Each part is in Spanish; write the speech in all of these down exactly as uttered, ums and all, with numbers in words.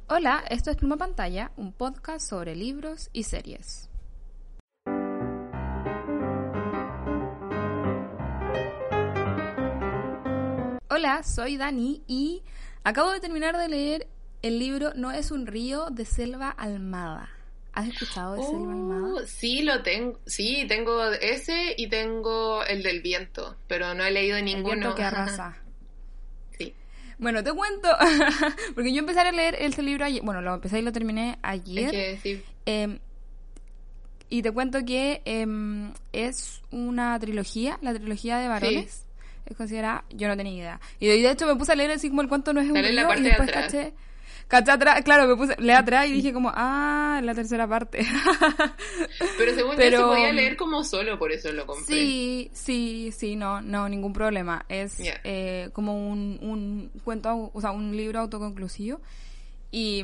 Hola, esto es Pluma Pantalla, un podcast sobre libros y series. Hola, soy Dani y acabo de terminar de leer el libro No es un río de Selva Almada. ¿Has escuchado de uh, Selva Almada? Sí, lo tengo. Sí, tengo ese y tengo el del viento, pero no he leído ninguno. El viento que arrasa. Sí. Bueno, te cuento, porque yo empecé a leer ese libro ayer, bueno, lo empecé y lo terminé ayer. Es que sí. Eh, y te cuento que eh, es una trilogía, la trilogía de varones. Sí. Es considerada, yo no tenía idea. Y de hecho me puse a leer así como el cuento no es un Dale río la parte y después de atrás. caché, caché atrás, claro, me puse, leí atrás y dije como, ah, la tercera parte. Pero según Pero, yo se podía leer como solo, por eso lo compré. Sí, sí, sí, no, no, ningún problema. Es yeah. eh, como un, un cuento, o sea, un libro autoconclusivo. Y,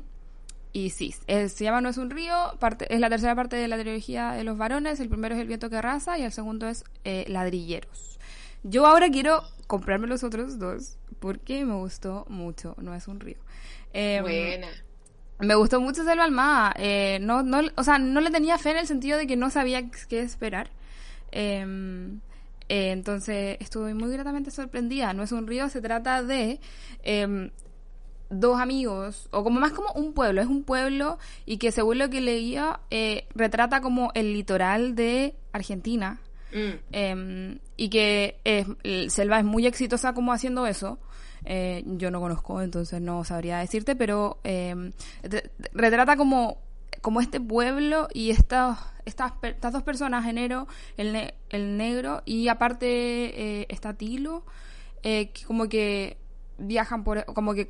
y sí, es, se llama No es un río, parte, es la tercera parte de la trilogía de los varones, el primero es El viento que arrasa y el segundo es eh, Ladrilleros. Yo ahora quiero comprarme los otros dos porque me gustó mucho, No es un río. Eh, Buena. Me gustó mucho Selva Almada. Eh, no, no, o sea, no le tenía fe en el sentido de que no sabía qué esperar. Eh, eh, entonces estuve muy gratamente sorprendida. No es un río, se trata de eh, dos amigos, o como más como un pueblo. Es un pueblo y que según lo que leía, eh, retrata como el litoral de Argentina. Mm. Eh, y que eh, Selva es muy exitosa como haciendo eso. Eh, yo no conozco, entonces no sabría decirte, pero eh, retrata como, como este pueblo y estas estas estas dos personas, Enero, el, ne- el negro y aparte eh, está Tilo, eh, que como que viajan por, como que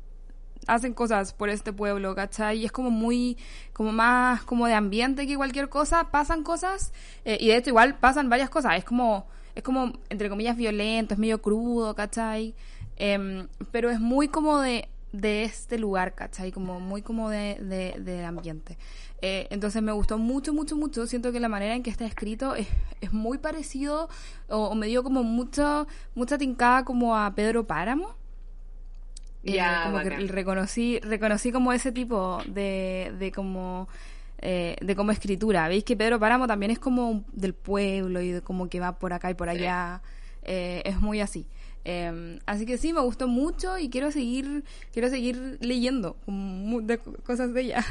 hacen cosas por este pueblo, ¿cachai? Y es como muy, como más como de ambiente que cualquier cosa, pasan cosas, eh, y de hecho igual pasan varias cosas, es como, es como, entre comillas, violento, es medio crudo, ¿cachai? Eh, pero es muy como de, de este lugar, ¿cachai? Como muy como de, de, del ambiente. Eh, entonces me gustó mucho, mucho, mucho. Siento que la manera en que está escrito es, es muy parecido, o, o me dio como mucho, mucha tincada como a Pedro Páramo. Eh, Ya, como bacán. que reconocí reconocí como ese tipo de, de como eh, de como escritura. Veis que Pedro Páramo también es como del pueblo y de como que va por acá y por allá. Sí. Eh, es muy así. Eh, así que sí, me gustó mucho y quiero seguir quiero seguir leyendo mu- de cosas de ella.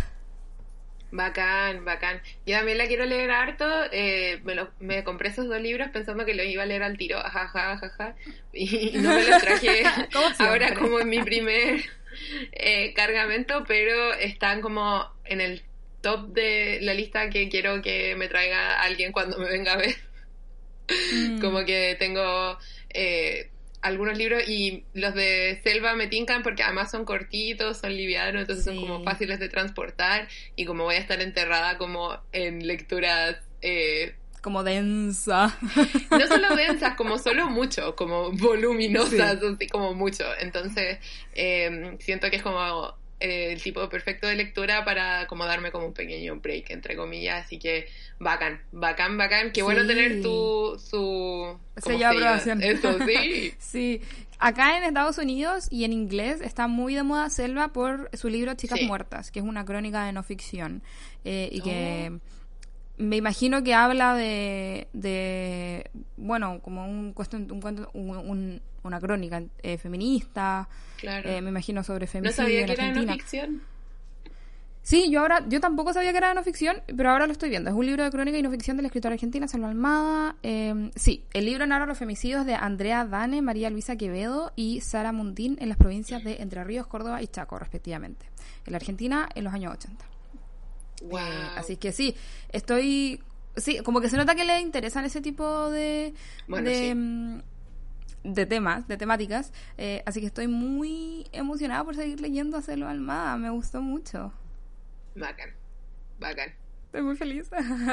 Bacán, bacán. Yo también la quiero leer harto. Eh, me, lo, me compré esos dos libros pensando que los iba a leer al tiro, ajaja, ajaja, y, y no me los traje ahora como en mi primer eh, cargamento, pero están como en el top de la lista que quiero que me traiga alguien cuando me venga a ver. Mm. Como que tengo eh, algunos libros y los de Selva me tincan porque además son cortitos, son livianos, entonces sí. Son como fáciles de transportar y como voy a estar enterrada como en lecturas eh, como densa, no solo densas, como solo mucho, como voluminosas, sí. Así como mucho, entonces eh, siento que es como eh, el tipo perfecto de lectura para como darme como un pequeño break entre comillas, así que bacán, bacán, bacán, qué sí. Bueno tener tu su sello de aprobación. Eso, sí. Sí. Acá en Estados Unidos y en inglés está muy de moda Selva por su libro Chicas sí. Muertas, que es una crónica de no ficción eh, y que oh. me imagino que habla de, de bueno, como un cuestión, un cuento, un, un, una crónica eh, feminista. Claro. Eh, me imagino sobre femicidio. No sabía en que Argentina. Era no ficción. Sí, yo ahora, yo tampoco sabía que era de no ficción, pero ahora lo estoy viendo. Es un libro de crónica y no ficción de la escritora argentina Selva Almada. Eh, sí, el libro narra los femicidios de Andrea Dane, María Luisa Quevedo y Sara Mundín en las provincias de Entre Ríos, Córdoba y Chaco, respectivamente. En la Argentina, en los años ochenta. Wow. Eh, así que sí, estoy... Sí, como que se nota que le interesan ese tipo de... Bueno, de, sí. de temas, de temáticas. Eh, así que estoy muy emocionada por seguir leyendo a Selva Almada. Me gustó mucho. Bacán, bacán. Estoy muy feliz.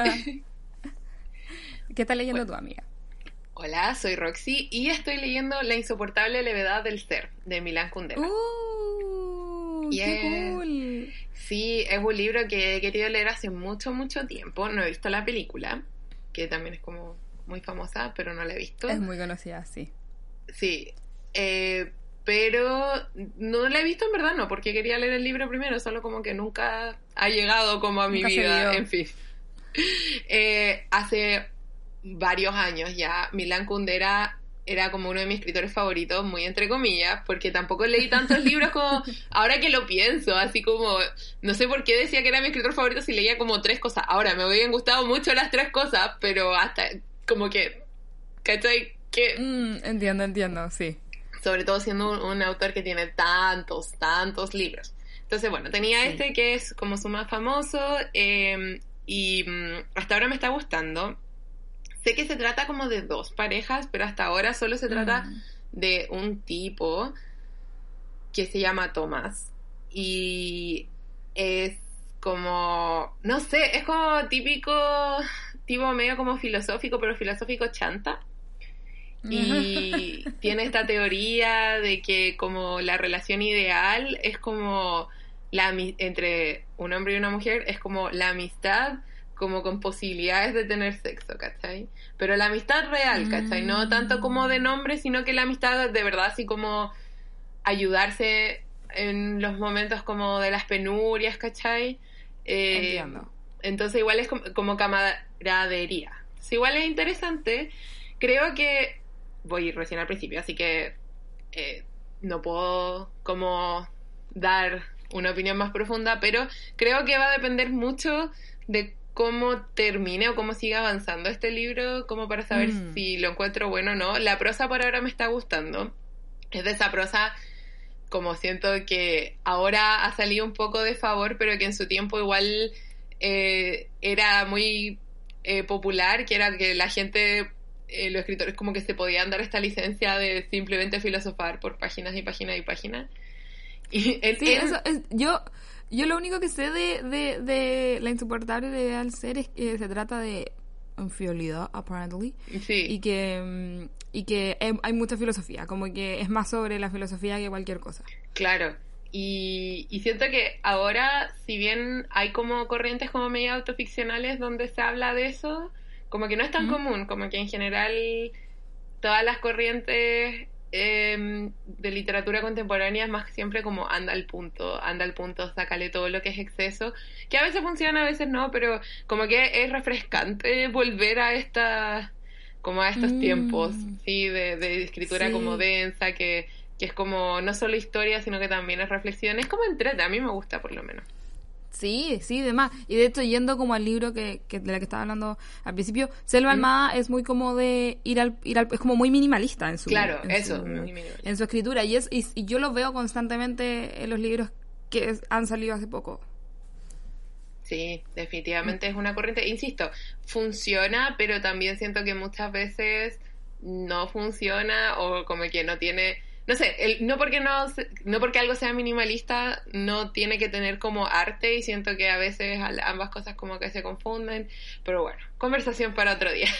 ¿Qué está leyendo bueno. tu amiga? Hola, soy Roxy y estoy leyendo La insoportable levedad del ser, de Milán Kundera. ¡Uh! Yes. ¡Qué cool! Sí, es un libro que he querido leer hace mucho, mucho tiempo. No he visto la película, que también es como muy famosa, pero no la he visto. Es muy conocida, sí. Sí. Eh, pero no la he visto en verdad, no, porque quería leer el libro primero, solo como que nunca ha llegado como a mi Nunca se vida, dio. en fin. Eh, hace varios años ya, Milan Kundera era como uno de mis escritores favoritos, muy entre comillas, porque tampoco leí tantos libros como ahora que lo pienso, así como no sé por qué decía que era mi escritor favorito si leía como tres cosas. Ahora, me habían gustado mucho las tres cosas, pero hasta como que, ¿cachai? Que Mm, entiendo, entiendo, sí. sobre todo siendo un, un autor que tiene tantos, tantos libros. Entonces, bueno, tenía Sí. este que es como su más famoso, eh, y mm, hasta ahora me está gustando. Sé que se trata como de dos parejas, pero hasta ahora solo se trata Mm. de un tipo que se llama Tomás. Y es como, no sé, es como típico, tipo medio como filosófico, pero filosófico chanta. Y tiene esta teoría de que como la relación ideal es como la ami- entre un hombre y una mujer, es como la amistad como con posibilidades de tener sexo, ¿cachai? Pero la amistad real, ¿cachai? No tanto como de nombre, sino que la amistad de verdad, así como ayudarse en los momentos como de las penurias, ¿cachai? Eh, Entiendo. entonces igual es como, como camaradería. Entonces, igual es interesante. Creo que voy recién al principio, así que eh, no puedo como dar una opinión más profunda, pero creo que va a depender mucho de cómo termine o cómo siga avanzando este libro, como para saber Mm. si lo encuentro bueno o no. La prosa por ahora me está gustando. Es de esa prosa como siento que ahora ha salido un poco de favor, pero que en su tiempo igual eh, era muy eh, popular, que era que la gente, eh, los escritores como que se podían dar esta licencia de simplemente filosofar por páginas y páginas y páginas. Y en, Sí, en- eso es, yo, yo lo único que sé de, de, de La insoportable de Al Ser es que se trata de infidelidad, apparently, sí. y que, mm, y que hay, hay mucha filosofía, como que es más sobre la filosofía que cualquier cosa. Claro, y, y siento que ahora, si bien hay como corrientes como medio autoficcionales donde se habla de eso, como que no es tan ¿Mm? común, como que en general todas las corrientes eh, de literatura contemporánea es más siempre como anda al punto, anda al punto, sácale todo lo que es exceso, que a veces funciona, a veces no, pero como que es refrescante volver a esta, como a estos Mm. tiempos, sí, de, de escritura Sí. como densa, que que es como no solo historia, sino que también es reflexión. Es como entrete, a mí me gusta por lo menos. Sí, sí, demás. Y de hecho, yendo como al libro que, que de la que estaba hablando al principio, Selva ¿Mm? Almada es muy como de ir al, ir al, es como muy minimalista en su, Claro, en eso, su, muy minimalista. en su escritura. Y es, y, y yo lo veo constantemente en los libros que es- han salido hace poco. Sí, definitivamente es una corriente. Insisto, funciona, pero también siento que muchas veces no funciona o como que no tiene... No sé, el, no porque no, se- no porque algo sea minimalista no tiene que tener como arte y siento que a veces al- ambas cosas como que se confunden, pero bueno, conversación para otro día.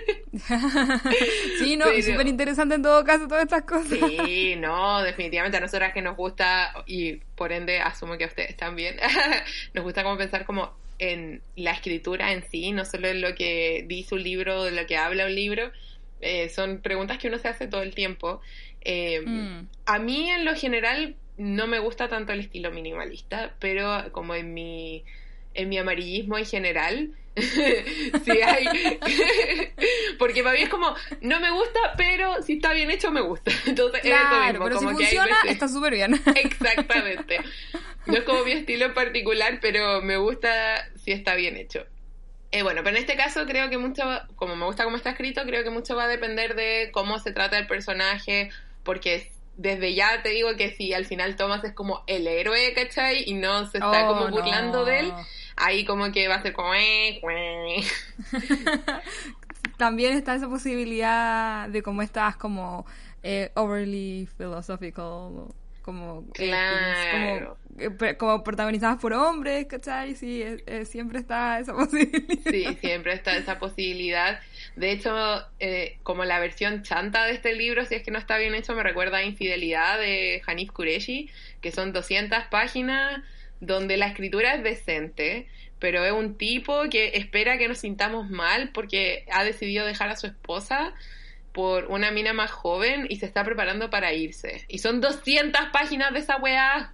Sí, no, Pero- súper interesante en todo caso todas estas cosas. Sí, no, definitivamente a nosotras que nos gusta, y por ende asumo que a ustedes también, nos gusta como pensar como en la escritura en sí, no solo en lo que dice un libro, de lo que habla un libro, eh, son preguntas que uno se hace todo el tiempo. Eh, Mm. A mí en lo general no me gusta tanto el estilo minimalista, pero como en mi, en mi amarillismo en general, sí hay... Porque para mí es como, no me gusta, pero si está bien hecho me gusta. Entonces es eso Claro, mismo, pero si como que hay funciona, veces- está súper bien. Exactamente. No es como mi estilo en particular, pero me gusta si está bien hecho. Eh, bueno, pero en este caso creo que mucho, como me gusta cómo está escrito, creo que mucho va a depender de cómo se trata el personaje, porque desde ya te digo que si al final Thomas es como el héroe, ¿cachai? Y no se está Oh, como burlando no. de él, ahí como que va a ser como... "Eh, eh". También está esa posibilidad de cómo estás como eh, overly philosophical, como, eh, Claro. como, eh, pre- como protagonizadas por hombres, ¿cachai? Sí, eh, eh, siempre está esa posibilidad. Sí, siempre está esa posibilidad. De hecho, eh, como la versión chanta de este libro, si es que no está bien hecho, me recuerda a Infidelidad de Hanif Kureishi, que son doscientas páginas donde la escritura es decente, pero es un tipo que espera que nos sintamos mal porque ha decidido dejar a su esposa por una mina más joven y se está preparando para irse. Y son doscientas páginas de esa weá.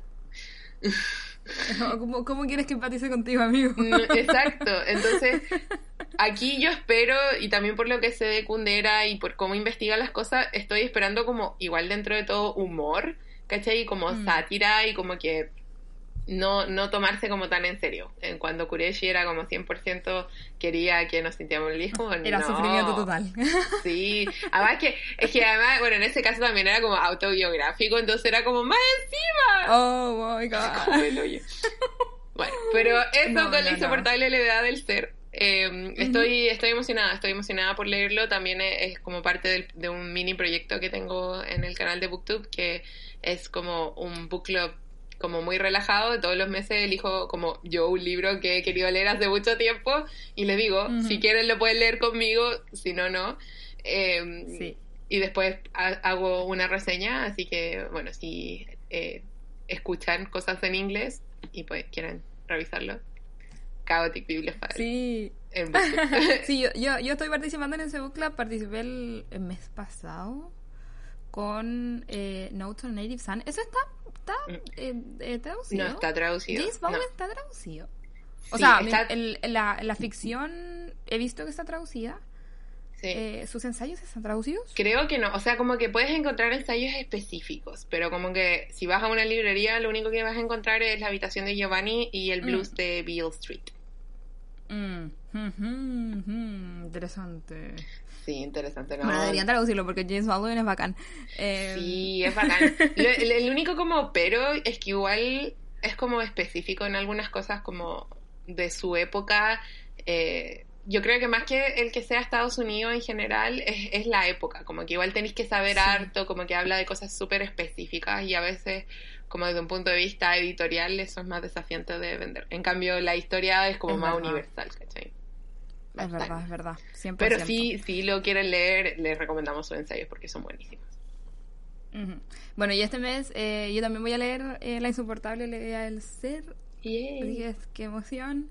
¿Cómo, ¿Cómo quieres que empatice contigo, amigo? No, exacto. Entonces, aquí yo espero, y también por lo que sé de Kundera y por cómo investiga las cosas, estoy esperando como, igual dentro de todo, humor, ¿cachai? Como mm. sátira y como que no, no tomarse como tan en serio. En cuando Kureishi era como cien por ciento quería que nos sintiéramos el hijo. Era no. sufrimiento total. Sí, además que, es que además, bueno, en ese caso también era como autobiográfico, entonces era como más encima. Oh my god. Como el hoyo. Bueno, pero eso no, con no, la insoportable no. levedad del ser. Eh, uh-huh. estoy, estoy emocionada, estoy emocionada por leerlo. También es, es como parte del, de un mini proyecto que tengo en el canal de BookTube, que es como un book club como muy relajado. Todos los meses elijo como yo un libro que he querido leer hace mucho tiempo y les digo, uh-huh. si quieren lo pueden leer conmigo, si no, no. Eh, sí. Y después ha, hago una reseña, así que, bueno, si eh, escuchan cosas en inglés y pues quieren revisarlo, Chaotic Bibliophile. Sí. En book club. Sí, yo, yo, yo estoy participando en ese book club, participé el, el mes pasado con eh, Notes on Native Son. ¿Eso está, está eh, eh, traducido? No está traducido. This Bowl no. está traducido. O Sí, sea, está... el, la, la ficción he visto que está traducida. Sí. Eh, ¿Sus ensayos están traducidos? Creo que no, o sea, como que puedes encontrar ensayos específicos, pero como que si vas a una librería lo único que vas a encontrar es La habitación de Giovanni y El blues mm. de Beale Street. Mm. Mm-hmm. Mm-hmm. Interesante. Sí, interesante, ¿no? Bueno, deberían traducirlo porque James Baldwin es bacán. Eh... Sí, es bacán. Lo, el, el único como pero es que igual es como específico en algunas cosas como de su época. Eh, yo creo que más que el que sea Estados Unidos en general es, es la época, como que igual tenéis que saber sí. harto, como que habla de cosas súper específicas y a veces como desde un punto de vista editorial eso es más desafiante de vender. En cambio la historia es como es más verdad. universal, ¿cachai? Es verdad, es verdad, cien por ciento. Pero sí, si lo quieren leer, les recomendamos sus ensayos porque son buenísimos. Uh-huh. Bueno, y este mes eh, yo también voy a leer eh, La insoportable levedad del ser. Yay. Así que qué emoción.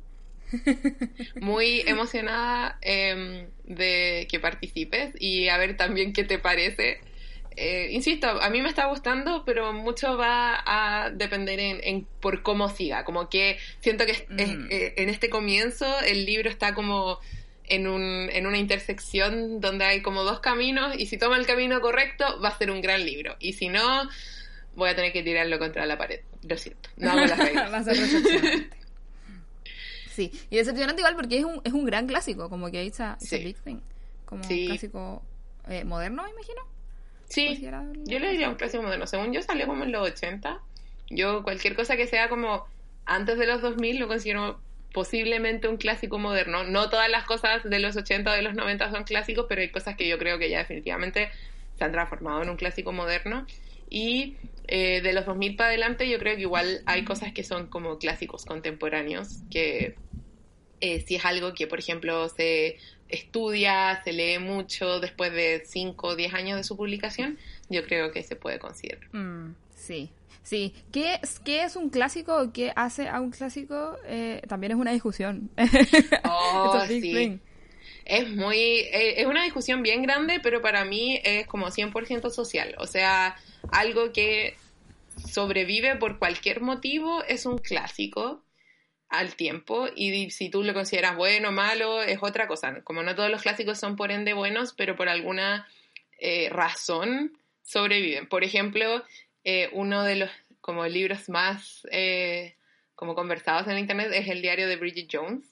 Muy emocionada eh, de que participes y a ver también qué te parece. Eh, insisto, a mí me está gustando, pero mucho va a depender en, en por cómo siga. Como que siento que es, mm. es, eh, en este comienzo el libro está como en, un, en una intersección donde hay como dos caminos y si toma el camino correcto va a ser un gran libro. Y si no, voy a tener que tirarlo contra la pared. Lo siento, no hago las reglas. Va a ser decepcionante. Sí, y decepcionante igual porque es un, es un gran clásico, como que it's a, it's sí. a big thing. Como sí. un clásico eh, moderno, me imagino. Sí, yo le diría un clásico moderno. Según yo salió como en los ochenta. Yo cualquier cosa que sea como antes de los dos mil lo considero posiblemente un clásico moderno. No todas las cosas de los ochenta o de los noventa son clásicos, pero hay cosas que yo creo que ya definitivamente se han transformado en un clásico moderno. Y eh, de los dos mil para adelante yo creo que igual hay cosas que son como clásicos contemporáneos, que eh, si es algo que, por ejemplo, se estudia, se lee mucho después de cinco o diez años de su publicación, yo creo que se puede considerar. Mm, sí, sí. ¿Qué es, qué es un clásico o qué hace a un clásico? Eh, también es una discusión. Oh, sí. Es muy... Eh, es una discusión bien grande, pero para mí es como cien por ciento social. O sea, algo que sobrevive por cualquier motivo es un clásico al tiempo, y si tú lo consideras bueno o malo es otra cosa. Como no todos los clásicos son por ende buenos, pero por alguna eh, razón sobreviven. Por ejemplo, eh, uno de los como libros más eh, como conversados en internet es el diario de Bridget Jones.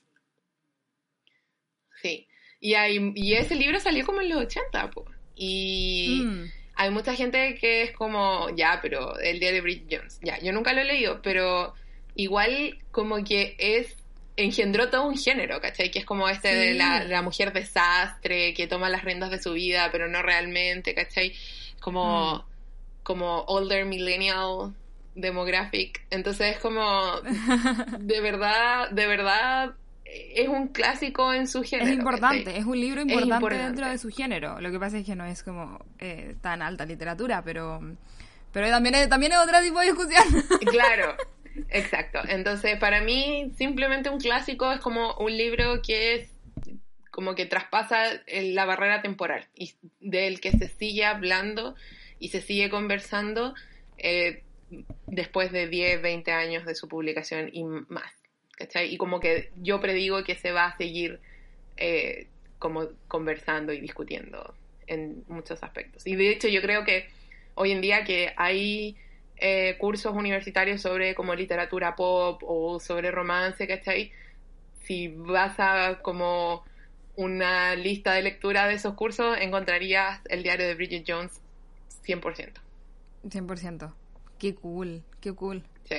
Sí. Y, hay, y ese libro salió como en los ochenta, po. Y mm. hay mucha gente que es como, ya, pero el diario de Bridget Jones, ya, yo nunca lo he leído, pero igual como que es engendró todo un género, ¿cachai? Que es como este sí. de la, la mujer desastre que toma las riendas de su vida, pero no realmente, ¿cachai? Como, mm. como older millennial demographic. Entonces es como de verdad, de verdad es un clásico en su género. Es importante, ¿cachai? Es un libro importante, es importante dentro de su género. Lo que pasa es que no es como eh, tan alta literatura, pero pero también es, también es otro tipo de discusión. Claro. Exacto. Entonces, para mí, simplemente un clásico es como un libro que es como que traspasa la barrera temporal y del que se sigue hablando y se sigue conversando eh, después de diez, veinte años de su publicación y más, ¿cachai? Y como que yo predigo que se va a seguir eh, como conversando y discutiendo en muchos aspectos. Y de hecho yo creo que hoy en día que hay eh, cursos universitarios sobre como literatura pop o sobre romance, ¿cachai? Si vas a como una lista de lectura de esos cursos, encontrarías el diario de Bridget Jones cien por ciento. cien por ciento. Qué cool, qué cool. Sí.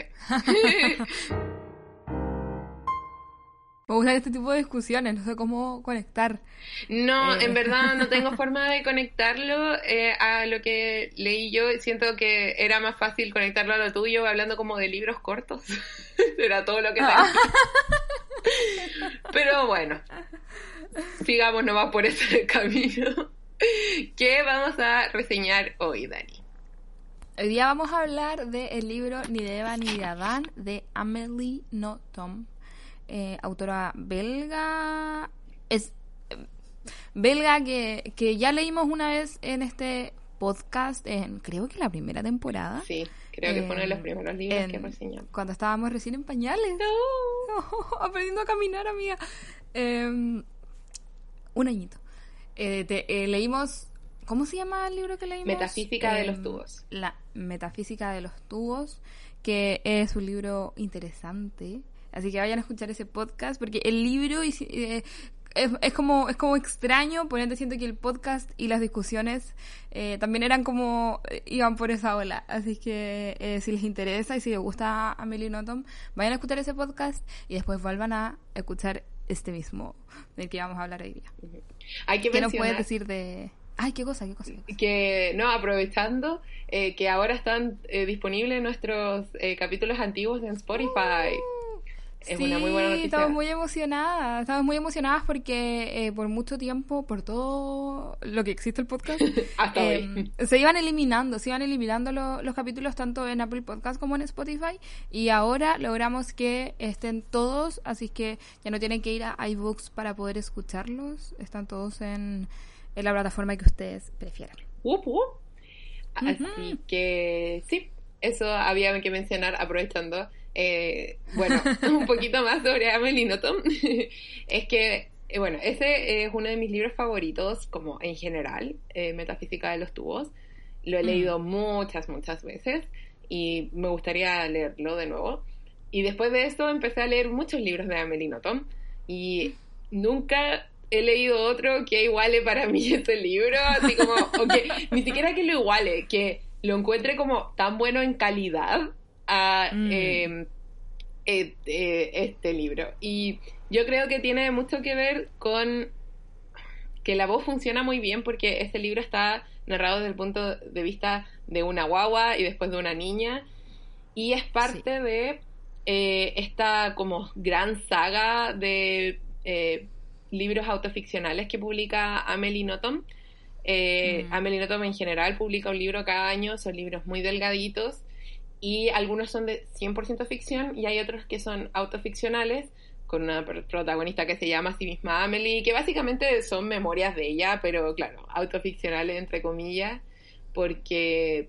Me gustan este tipo de discusiones, no sé cómo conectar. No, eh. en verdad no tengo forma de conectarlo eh, a lo que leí yo. Siento que era más fácil conectarlo a lo tuyo hablando como de libros cortos. Era todo lo que tenía. Pero bueno, sigamos nomás por ese camino. ¿Qué vamos a reseñar hoy, Dani? Hoy día vamos a hablar del libro Ni de Eva ni de Adán de Amélie Nothomb, eh, autora belga. Es eh, belga que, que ya leímos una vez en este podcast, en creo que la primera temporada. Sí, creo que fue uno de los primeros libros en, que reseñamos. Cuando estábamos recién en pañales. No. No, aprendiendo a caminar, amiga. Eh, un añito. Eh, te, eh, leímos... ¿Cómo se llama el libro que leímos? Metafísica eh, de los tubos. La Metafísica de los tubos, que es un libro interesante. Así que vayan a escuchar ese podcast, porque el libro eh, es, es como es como extraño, por ende siento que el podcast y las discusiones eh, también eran como, eh, iban por esa ola. Así que eh, si les interesa y si les gusta Amélie Nothomb, vayan a escuchar ese podcast y después vuelvan a escuchar este mismo, del que vamos a hablar hoy día. Uh-huh. Hay que ¿Qué mencionar... nos puedes decir de...? Ay, qué cosa, qué cosa. Qué cosa? Que, no, aprovechando eh, que ahora están eh, disponibles nuestros eh, capítulos antiguos en Spotify. Uh, es sí, una muy buena noticia. Estamos muy emocionadas, estamos muy emocionadas porque eh, por mucho tiempo, por todo lo que existe el podcast, hasta eh, hoy. se iban eliminando, se iban eliminando lo, los capítulos tanto en Apple Podcast como en Spotify, y ahora logramos que estén todos, así que ya no tienen que ir a iBooks para poder escucharlos, están todos en... en la plataforma que ustedes prefieran. Uh, uh. Así uh-huh. que sí, eso había que mencionar aprovechando. Eh, bueno, un poquito más sobre Amélie Nothomb. Es que, eh, bueno, ese es uno de mis libros favoritos, como en general, eh, Metafísica de los tubos. Lo he uh-huh. leído muchas, muchas veces y me gustaría leerlo de nuevo. Y después de eso empecé a leer muchos libros de Amélie Nothomb y nunca... he leído otro que iguale para mí ese libro, así como, o que ni siquiera que lo iguale, que lo encuentre como tan bueno en calidad a mm. eh, eh, eh, este libro. Y yo creo que tiene mucho que ver con que la voz funciona muy bien, porque este libro está narrado desde el punto de vista de una guagua y después de una niña, y es parte sí. de eh, esta como gran saga de... Eh, libros autoficcionales que publica Amélie Nothomb. Eh, mm. Amélie Nothomb en general publica un libro cada año, son libros muy delgaditos y algunos son de cien por ciento ficción y hay otros que son autoficcionales con una protagonista que se llama a sí misma Amélie, que básicamente son memorias de ella, pero claro, autoficcionales entre comillas, porque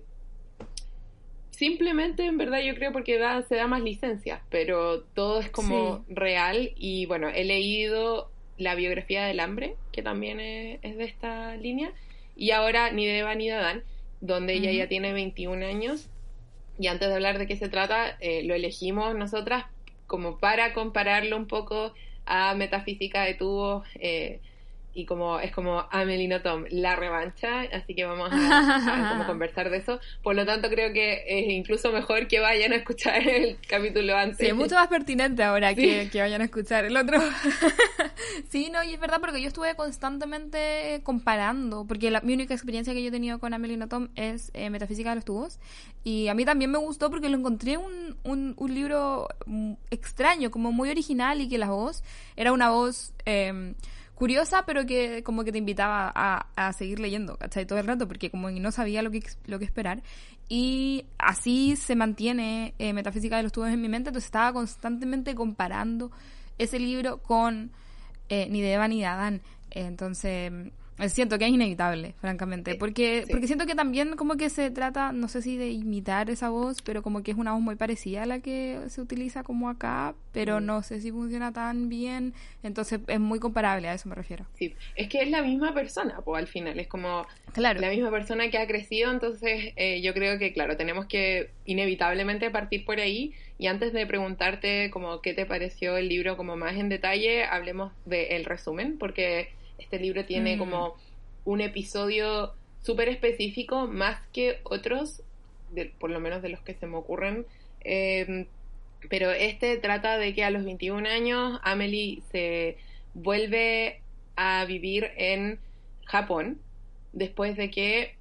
simplemente en verdad yo creo porque da, se da más licencia, pero todo es como sí. real. Y bueno, he leído la biografía del hambre, que también es, es de esta línea, y ahora Ni de Eva ni de Adán, donde uh-huh. ella ya tiene veintiún años, y antes de hablar de qué se trata, eh, lo elegimos nosotras como para compararlo un poco a Metafísica de tubos, eh, y como es como Amélie Nothomb, la revancha, así que vamos a, a como conversar de eso. Por lo tanto, creo que es incluso mejor que vayan a escuchar el capítulo antes. Sí, es mucho más pertinente ahora sí. que, que vayan a escuchar el otro. Sí, no, y es verdad, porque yo estuve constantemente comparando, porque la, mi única experiencia que yo he tenido con Amélie Nothomb es eh, Metafísica de los tubos, y a mí también me gustó porque lo encontré un, un, un libro extraño, como muy original, y que la voz era una voz... Eh, curiosa, pero que como que te invitaba a, a seguir leyendo, ¿cachai? Todo el rato, porque como no sabía lo que, lo que esperar. Y así se mantiene eh, Metafísica de los tubos en mi mente, entonces estaba constantemente comparando ese libro con eh, Ni de Eva ni de Adán. Entonces, siento que es inevitable, francamente, Sí, porque sí. porque siento que también como que se trata, no sé si de imitar esa voz, pero como que es una voz muy parecida a la que se utiliza como acá, pero Mm. no sé si funciona tan bien, entonces es muy comparable, a eso me refiero. Sí, es que es la misma persona, pues al final, es como Claro. la misma persona que ha crecido, entonces eh, yo creo que, claro, tenemos que inevitablemente partir por ahí, y antes de preguntarte como qué te pareció el libro como más en detalle, hablemos del resumen, porque este libro tiene Mm, como un episodio súper específico, más que otros, de, por lo menos de los que se me ocurren, eh, pero este trata de que a los veintiún años Amelie se vuelve a vivir en Japón después de que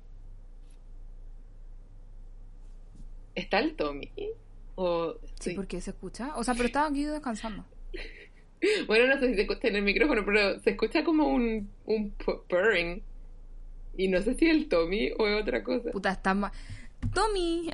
está el Tommy o sí, sí. porque se escucha, o sea, pero estaba aquí descansando. Bueno, no sé si se escucha en el micrófono, pero se escucha como un, un purring, y no sé si es el Tommy o es otra cosa. Puta, está ma... Tommy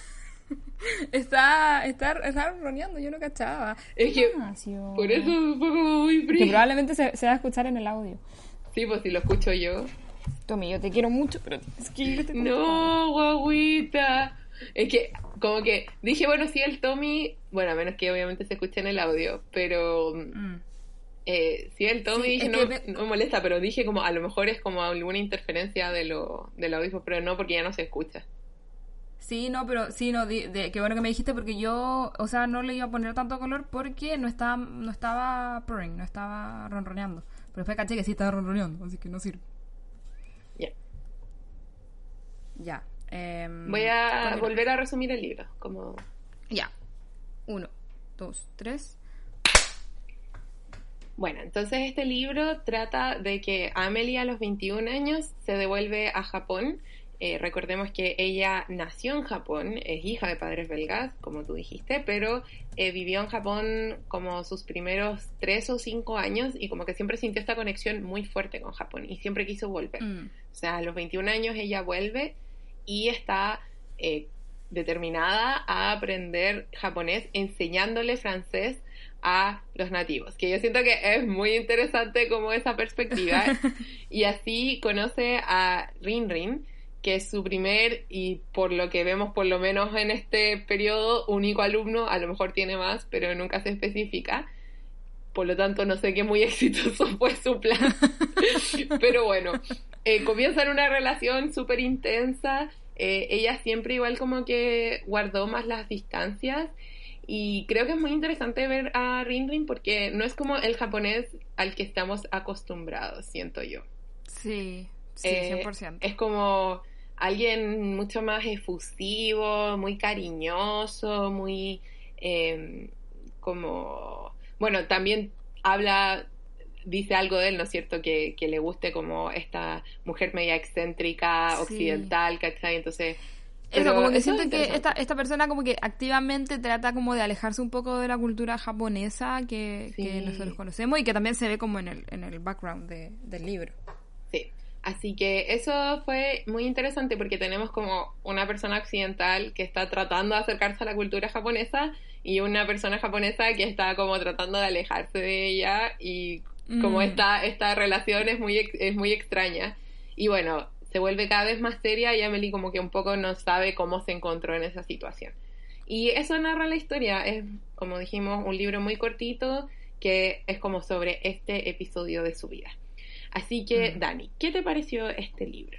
está está está ronroneando, yo no cachaba. Es que Ignacio. por eso fue como muy Que frío. probablemente se, se va a escuchar en el audio. Sí, pues si lo escucho yo. Tommy, yo te quiero mucho, pero es que yo te No, guaguita. Es que, como que dije, bueno, sí, el Tommy, bueno, a menos que obviamente se escuche en el audio, pero Mm. eh, sí, el Tommy, Sí, dije, es no, que de- no me molesta, pero dije como, a lo mejor es como alguna interferencia de lo, del audio, pero no, porque ya no se escucha. Sí, no, pero sí, no, di- de, qué bueno que me dijiste porque yo, o sea, no le iba a poner tanto color porque no estaba, no estaba purring, no estaba ronroneando. Pero después caché que sí estaba ronroneando, así que no sirve. Ya. Ya. em, Voy a continúa. volver a resumir el libro, como... Ya. Uno, dos, tres. Bueno, entonces este libro trata de que Amelie a los veintiún años se devuelve a Japón. Eh, recordemos que ella nació en Japón, es hija de padres belgas, como tú dijiste, pero eh, vivió en Japón como sus primeros tres o cinco años, y como que siempre sintió esta conexión muy fuerte con Japón y siempre quiso volver. Mm. O sea, a los veintiún años ella vuelve y está eh, determinada a aprender japonés, enseñándole francés a los nativos, que yo siento que es muy interesante como esa perspectiva. Y así conoce a Rin Rin, que es su primer, y por lo que vemos por lo menos en este periodo, único alumno. A lo mejor tiene más, pero nunca se especifica, por lo tanto no sé qué muy exitoso fue su plan. Pero bueno, eh, comienzan una relación súper intensa. eh, ella siempre igual como que guardó más las distancias, y creo que es muy interesante ver a Rin Rin porque no es como el japonés al que estamos acostumbrados, siento yo. Sí, sí, Eh, cien por ciento. es como alguien mucho más efusivo, muy cariñoso, muy eh, como... Bueno, también habla, dice algo de él, ¿no es cierto? Que, que le guste como esta mujer media excéntrica, Sí. occidental, ¿cachai? Entonces... Eso, pero como que eso es siento que interesante. esta, esta persona como que activamente trata como de alejarse un poco de la cultura japonesa que, Sí. que nosotros conocemos y que también se ve como en el, en el background de, del libro. Sí, así que eso fue muy interesante porque tenemos como una persona occidental que está tratando de acercarse a la cultura japonesa y una persona japonesa que está como tratando de alejarse de ella, y como Mm. esta, esta relación es muy, ex- es muy extraña. Y bueno, se vuelve cada vez más seria y Amelie como que un poco no sabe cómo se encontró en esa situación. Y eso narra la historia. Es, como dijimos, un libro muy cortito que es como sobre este episodio de su vida. Así que, Mm. Dani, ¿qué te pareció este libro?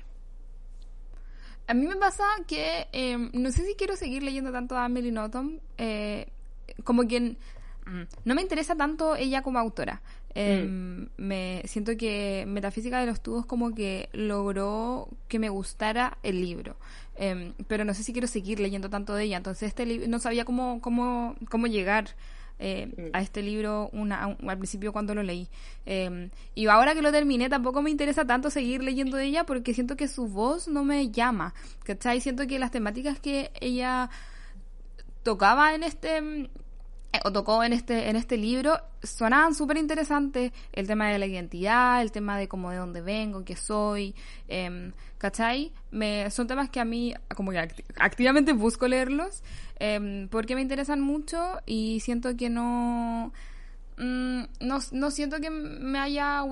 A mí me pasa que eh, no sé si quiero seguir leyendo tanto a Amelie Nothomb, eh, como que mm, no me interesa tanto ella como autora. Eh, Mm. me siento que Metafísica de los Tubos como que logró que me gustara el libro, eh, pero no sé si quiero seguir leyendo tanto de ella. Entonces este libro no sabía cómo cómo cómo llegar eh, Mm. a este libro una, a un- al principio cuando lo leí. Eh, y ahora que lo terminé tampoco me interesa tanto seguir leyendo de ella porque siento que su voz no me llama, ¿cachai? Siento que las temáticas que ella tocaba en este mm, eh, o tocó en este en este libro sonaban súper interesantes. El tema de la identidad, el tema de cómo de dónde vengo, qué soy, eh, ¿cachai? Me, son temas que a mí como que acti- activamente busco leerlos eh, porque me interesan mucho y siento que no mm, no, no siento que me haya gust-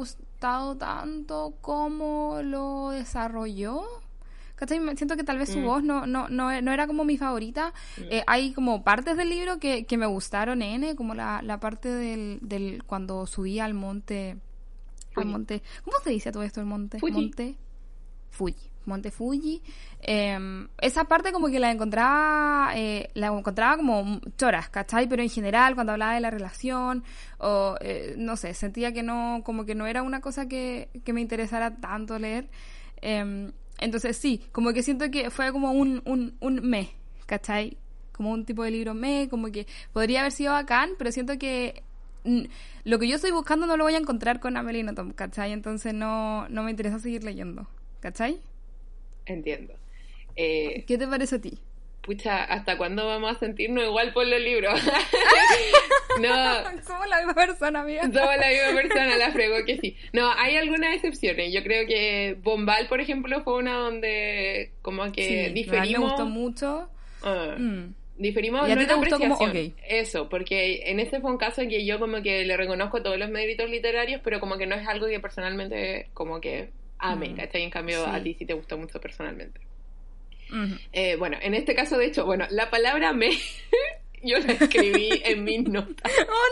gustado tanto cómo lo desarrolló. ¿Cachai? Siento que tal vez su Mm. voz no, no, no, no era como mi favorita. Mm. Eh, hay como partes del libro que, que me gustaron, N, como la, la parte del, del cuando subía al monte, Fuji. al monte, ¿cómo se dice todo esto el monte? Fuji. Monte Fuji, Monte Fuji. Eh, esa parte como que la encontraba, eh, la encontraba como choras, ¿cachai? Pero en general cuando hablaba de la relación, o eh, no sé, sentía que no, como que no era una cosa que, que me interesara tanto leer. Eh, entonces sí, como que siento que fue como un, un, un me, ¿cachai? Como un tipo de libro me, como que podría haber sido bacán, pero siento que mm, lo que yo estoy buscando no lo voy a encontrar con Amelie Nothomb, ¿cachai? Entonces no, no me interesa seguir leyendo, ¿cachai? Entiendo. Eh, ¿Qué te parece a ti? pucha, ¿hasta cuándo vamos a sentirnos igual por los libros? No, Somos la misma persona, amiga. somos la misma persona, la frego que sí. No, hay algunas excepciones. Yo creo que Bombal, por ejemplo, fue una donde como que Sí, diferimos. a mí me gustó mucho. Ah, Mm. diferimos ¿Y a no ti en te gustó como apreciación. ok? Eso, porque en ese fue un caso en que yo como que le reconozco todos los méritos literarios, pero como que no es algo que personalmente como que ame, Mm. ¿cachai? En cambio, Sí. a ti sí te gustó mucho personalmente. Ujú. Eh, bueno, en este caso, de hecho, bueno, la palabra me yo la escribí en mis notas.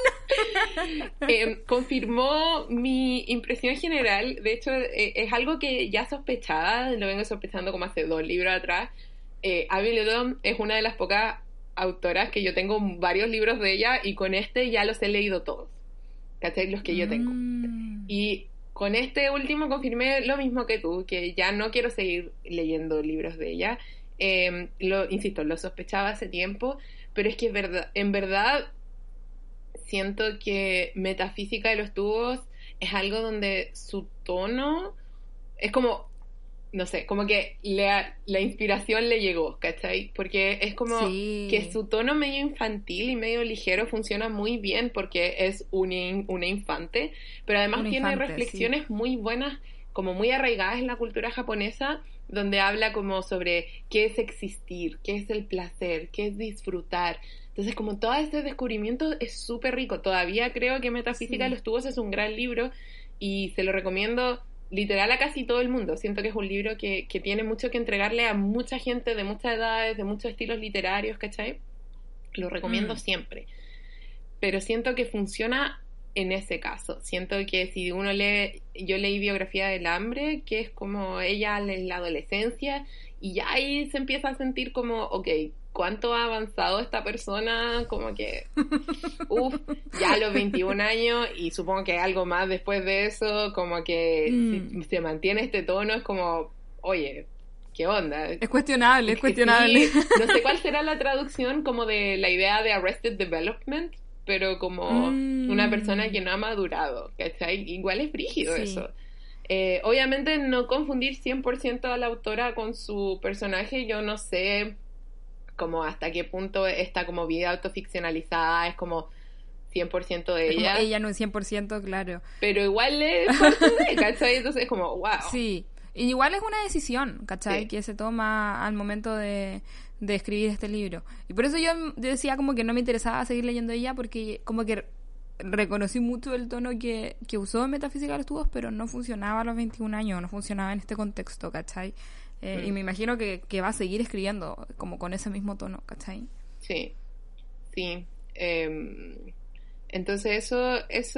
Eh, confirmó mi impresión general. De hecho, eh, es algo que ya sospechaba, lo vengo sospechando como hace dos libros atrás. Eh, Amelie Nothomb es una de las pocas autoras que yo tengo varios libros de ella y con este ya los he leído todos. ¿Cachai? Los que yo tengo. Mm. Y con este último confirmé lo mismo que tú, que ya no quiero seguir leyendo libros de ella. Eh, lo, insisto, lo sospechaba hace tiempo, pero es que es verdad, en verdad siento que Metafísica de los Tubos es algo donde su tono es como, no sé, como que le, la inspiración le llegó, ¿cachai? Porque es como Sí. que su tono medio infantil y medio ligero funciona muy bien porque es una, in- una infante, pero además Una tiene infante, reflexiones muy buenas, como muy arraigadas en la cultura japonesa, donde habla como sobre qué es existir, qué es el placer, qué es disfrutar. Entonces, como todo este descubrimiento es súper rico. Todavía creo que Metafísica Sí. de los Tubos es un gran libro y se lo recomiendo literal a casi todo el mundo. Siento que es un libro que, que tiene mucho que entregarle a mucha gente de muchas edades, de muchos estilos literarios, ¿cachai? Lo recomiendo Mm. siempre. Pero siento que funciona en ese caso. Siento que si uno lee, yo leí Biografía del Hambre, que es como ella en la adolescencia, y ya ahí se empieza a sentir como, ok, ¿cuánto ha avanzado esta persona? Como que, uff, ya a los veintiún años, y supongo que algo más después de eso, como que Mm. si se mantiene este tono, es como, oye, ¿qué onda? Es cuestionable, es Sí, cuestionable. no sé cuál será la traducción como de la idea de Arrested Development, pero como Mm. una persona que no ha madurado, ¿cachai? Igual es brígido Sí. eso. Eh, obviamente no confundir cien por ciento a la autora con su personaje, yo no sé como hasta qué punto esta como vida autoficcionalizada es como cien por ciento de Es como ella, ella no es cien por ciento, claro. pero igual es parte de, ¿cachai? Entonces es como, wow. Sí, y igual es una decisión, ¿cachai? Sí. Que se toma al momento de, de escribir este libro. Y por eso yo decía como que no me interesaba seguir leyendo ella, porque como que reconocí mucho el tono que, que usó en Metafísica de los Tubos, pero no funcionaba a los veintiún años, no funcionaba en este contexto, ¿cachai? Eh, Mm. Y me imagino que, que va a seguir escribiendo como con ese mismo tono, ¿cachai? Sí, sí. Eh, entonces eso,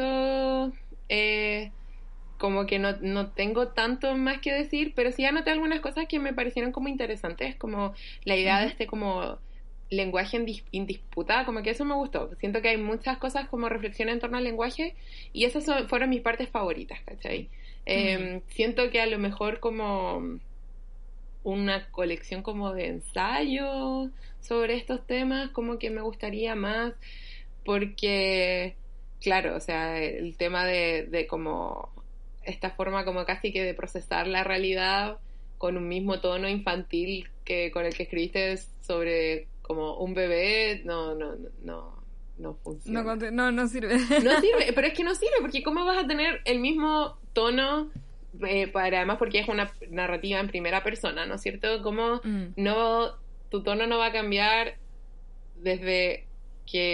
eso eh, como que no, no tengo tanto más que decir, pero sí anoté algunas cosas que me parecieron como interesantes, como la idea de Ujú. este como lenguaje en, dis- en disputa, como que eso me gustó. Siento que hay muchas cosas como reflexión en torno al lenguaje y esas son- fueron mis partes favoritas, ¿cachai? Eh, siento que a lo mejor como una colección como de ensayos sobre estos temas, como que me gustaría más, porque, claro, o sea, el tema de, de como esta forma como casi que de procesar la realidad con un mismo tono infantil que con el que escribiste sobre como un bebé, no, no, no, no, no funciona. No, conte- no, no sirve. No sirve, pero es que no sirve, porque ¿cómo vas a tener el mismo tono? Eh, para, además porque es una narrativa en primera persona, ¿no es cierto? ¿Cómo Mm. no, tu tono no va a cambiar desde que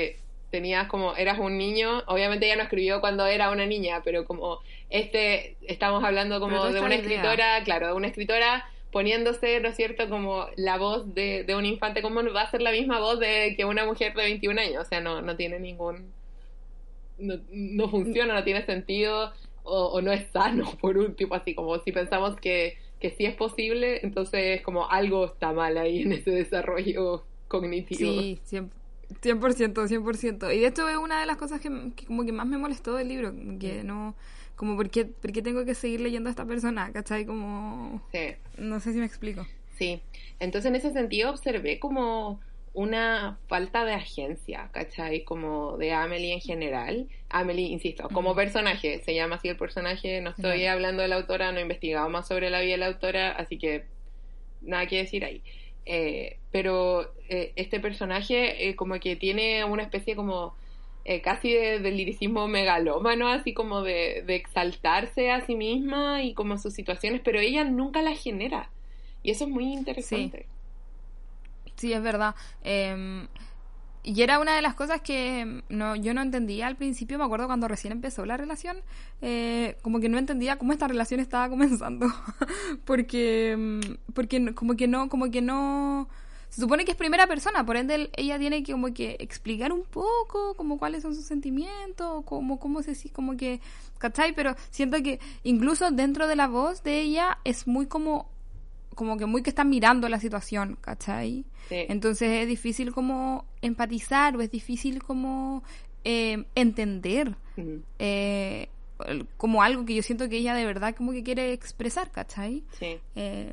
tenías como, eras un niño, obviamente ella no escribió cuando era una niña, pero como este, estamos hablando como de una escritora, claro, de una escritora poniéndose, ¿no es cierto?, como la voz de, de un infante, ¿cómo va a ser la misma voz de que una mujer de veintiún años? O sea, no, no tiene ningún... No, no funciona, no tiene sentido, o, o no es sano, por último, así como si pensamos que, que sí es posible, entonces como algo está mal ahí en ese desarrollo cognitivo. Sí, cien por ciento, cien por ciento. Y de hecho es una de las cosas que, que como que más me molestó del libro, que no... Como, ¿por qué, ¿por qué tengo que seguir leyendo a esta persona? ¿Cachai? Como... Sí. No sé si me explico. Sí. Entonces, en ese sentido, observé como una falta de agencia, ¿cachai? Como de Amelie en general. Amelie, insisto, como mm. personaje. Se llama así el personaje. No estoy no. hablando de la autora, no he investigado más sobre la vida de la autora, así que nada que decir ahí. Eh, pero eh, este personaje eh, como que tiene una especie como... Eh, casi de, de liricismo megalómano, así como de, de exaltarse a sí misma y como sus situaciones, pero ella nunca las genera. Y eso es muy interesante. Sí, sí, es verdad. Eh, y era una de las cosas que no, yo no entendía al principio. Me acuerdo cuando recién empezó la relación, eh, como que no entendía cómo esta relación estaba comenzando. porque, porque como que no, como que no... Se supone que es primera persona, por ende ella tiene que como que explicar un poco como cuáles son sus sentimientos, como cómo se como que, ¿cachai? Pero siento que incluso dentro de la voz de ella es muy como como que muy que está mirando la situación, ¿cachai? Sí. Entonces es difícil como empatizar o es difícil como eh, entender uh-huh. eh, como algo que yo siento que ella de verdad como que quiere expresar, ¿cachai? Sí. Eh,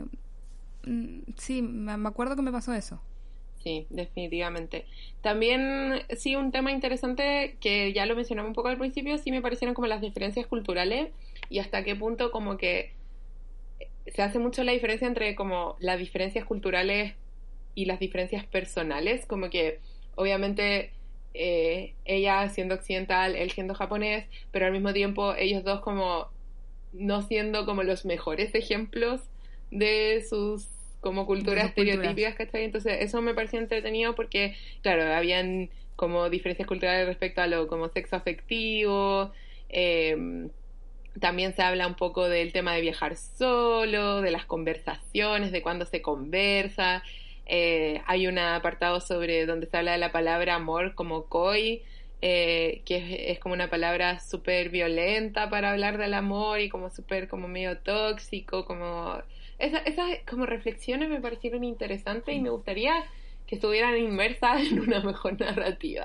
Sí, me acuerdo que me pasó eso. Sí, definitivamente. También, sí, un tema interesante que ya lo mencionamos un poco al principio, sí me parecieron como las diferencias culturales y hasta qué punto como que se hace mucho la diferencia entre como las diferencias culturales y las diferencias personales, como que obviamente eh, ella siendo occidental, él siendo japonés, pero al mismo tiempo ellos dos como no siendo como los mejores ejemplos de sus como culturas estereotípicas, ¿cachai? Entonces eso me pareció entretenido porque, claro, habían como diferencias culturales respecto a lo como sexo afectivo, eh, también se habla un poco del tema de viajar solo, de las conversaciones, de cuándo se conversa, eh, hay un apartado sobre donde se habla de la palabra amor como koi, eh, que es, es como una palabra súper violenta para hablar del amor y como súper como medio tóxico, como... Esa, esas como reflexiones me parecieron interesantes y me gustaría que estuvieran inmersas en una mejor narrativa.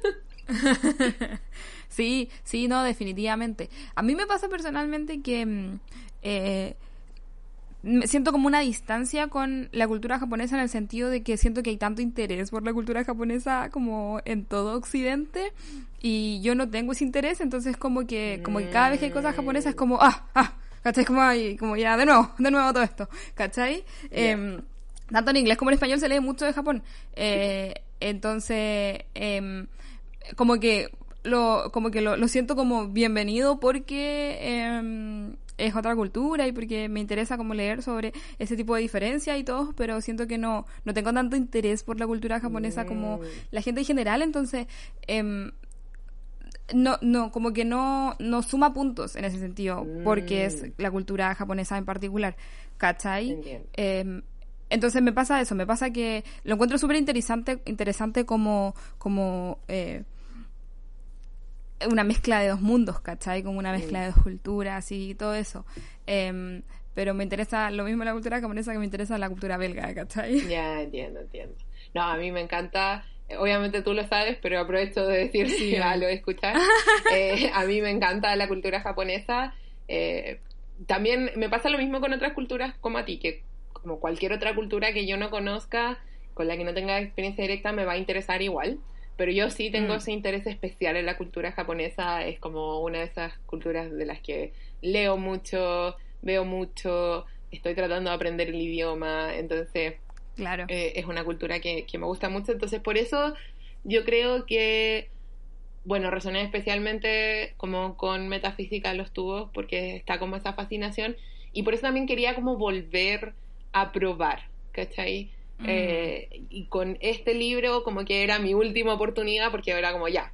Sí, sí, no, definitivamente. A mí me pasa personalmente que eh, me siento como una distancia con la cultura japonesa en el sentido de que siento que hay tanto interés por la cultura japonesa como en todo Occidente y yo no tengo ese interés, entonces como que, como que cada vez que hay cosas japonesas es como, ah, ah, ¿cachai? Como ahí, como ya, de nuevo, de nuevo todo esto, ¿cachai? Yeah. Eh, tanto en inglés como en español se lee mucho de Japón. Eh, entonces, eh, como que lo como que lo, lo siento como bienvenido porque eh, es otra cultura y porque me interesa como leer sobre ese tipo de diferencias y todo, pero siento que no, no tengo tanto interés por la cultura japonesa mm. como la gente en general, entonces... Eh, no, no, como que no, no suma puntos en ese sentido, mm. porque es la cultura japonesa en particular, ¿cachai? Eh, entonces me pasa eso, me pasa que lo encuentro súper interesante, interesante como, como eh, una mezcla de dos mundos, ¿cachai? Como una mezcla mm. de dos culturas y todo eso. Eh, pero me interesa lo mismo la cultura japonesa que me interesa la cultura belga, ¿cachai? Ya, entiendo, entiendo. No, a mí me encanta... Obviamente tú lo sabes, pero aprovecho de decir si sí, a lo escuchar. Eh, a mí me encanta la cultura japonesa. Eh, también me pasa lo mismo con otras culturas como a ti, que como cualquier otra cultura que yo no conozca, con la que no tenga experiencia directa, me va a interesar igual. Pero yo sí tengo mm. ese interés especial en la cultura japonesa. Es como una de esas culturas de las que leo mucho, veo mucho, estoy tratando de aprender el idioma, entonces... Claro. Eh, es una cultura que, que me gusta mucho, entonces por eso yo creo que, bueno, resoné especialmente como con Metafísica de los Tubos, porque está como esa fascinación, y por eso también quería como volver a probar, ¿cachai? Mm. Eh, y con este libro como que era mi última oportunidad, porque era como ya,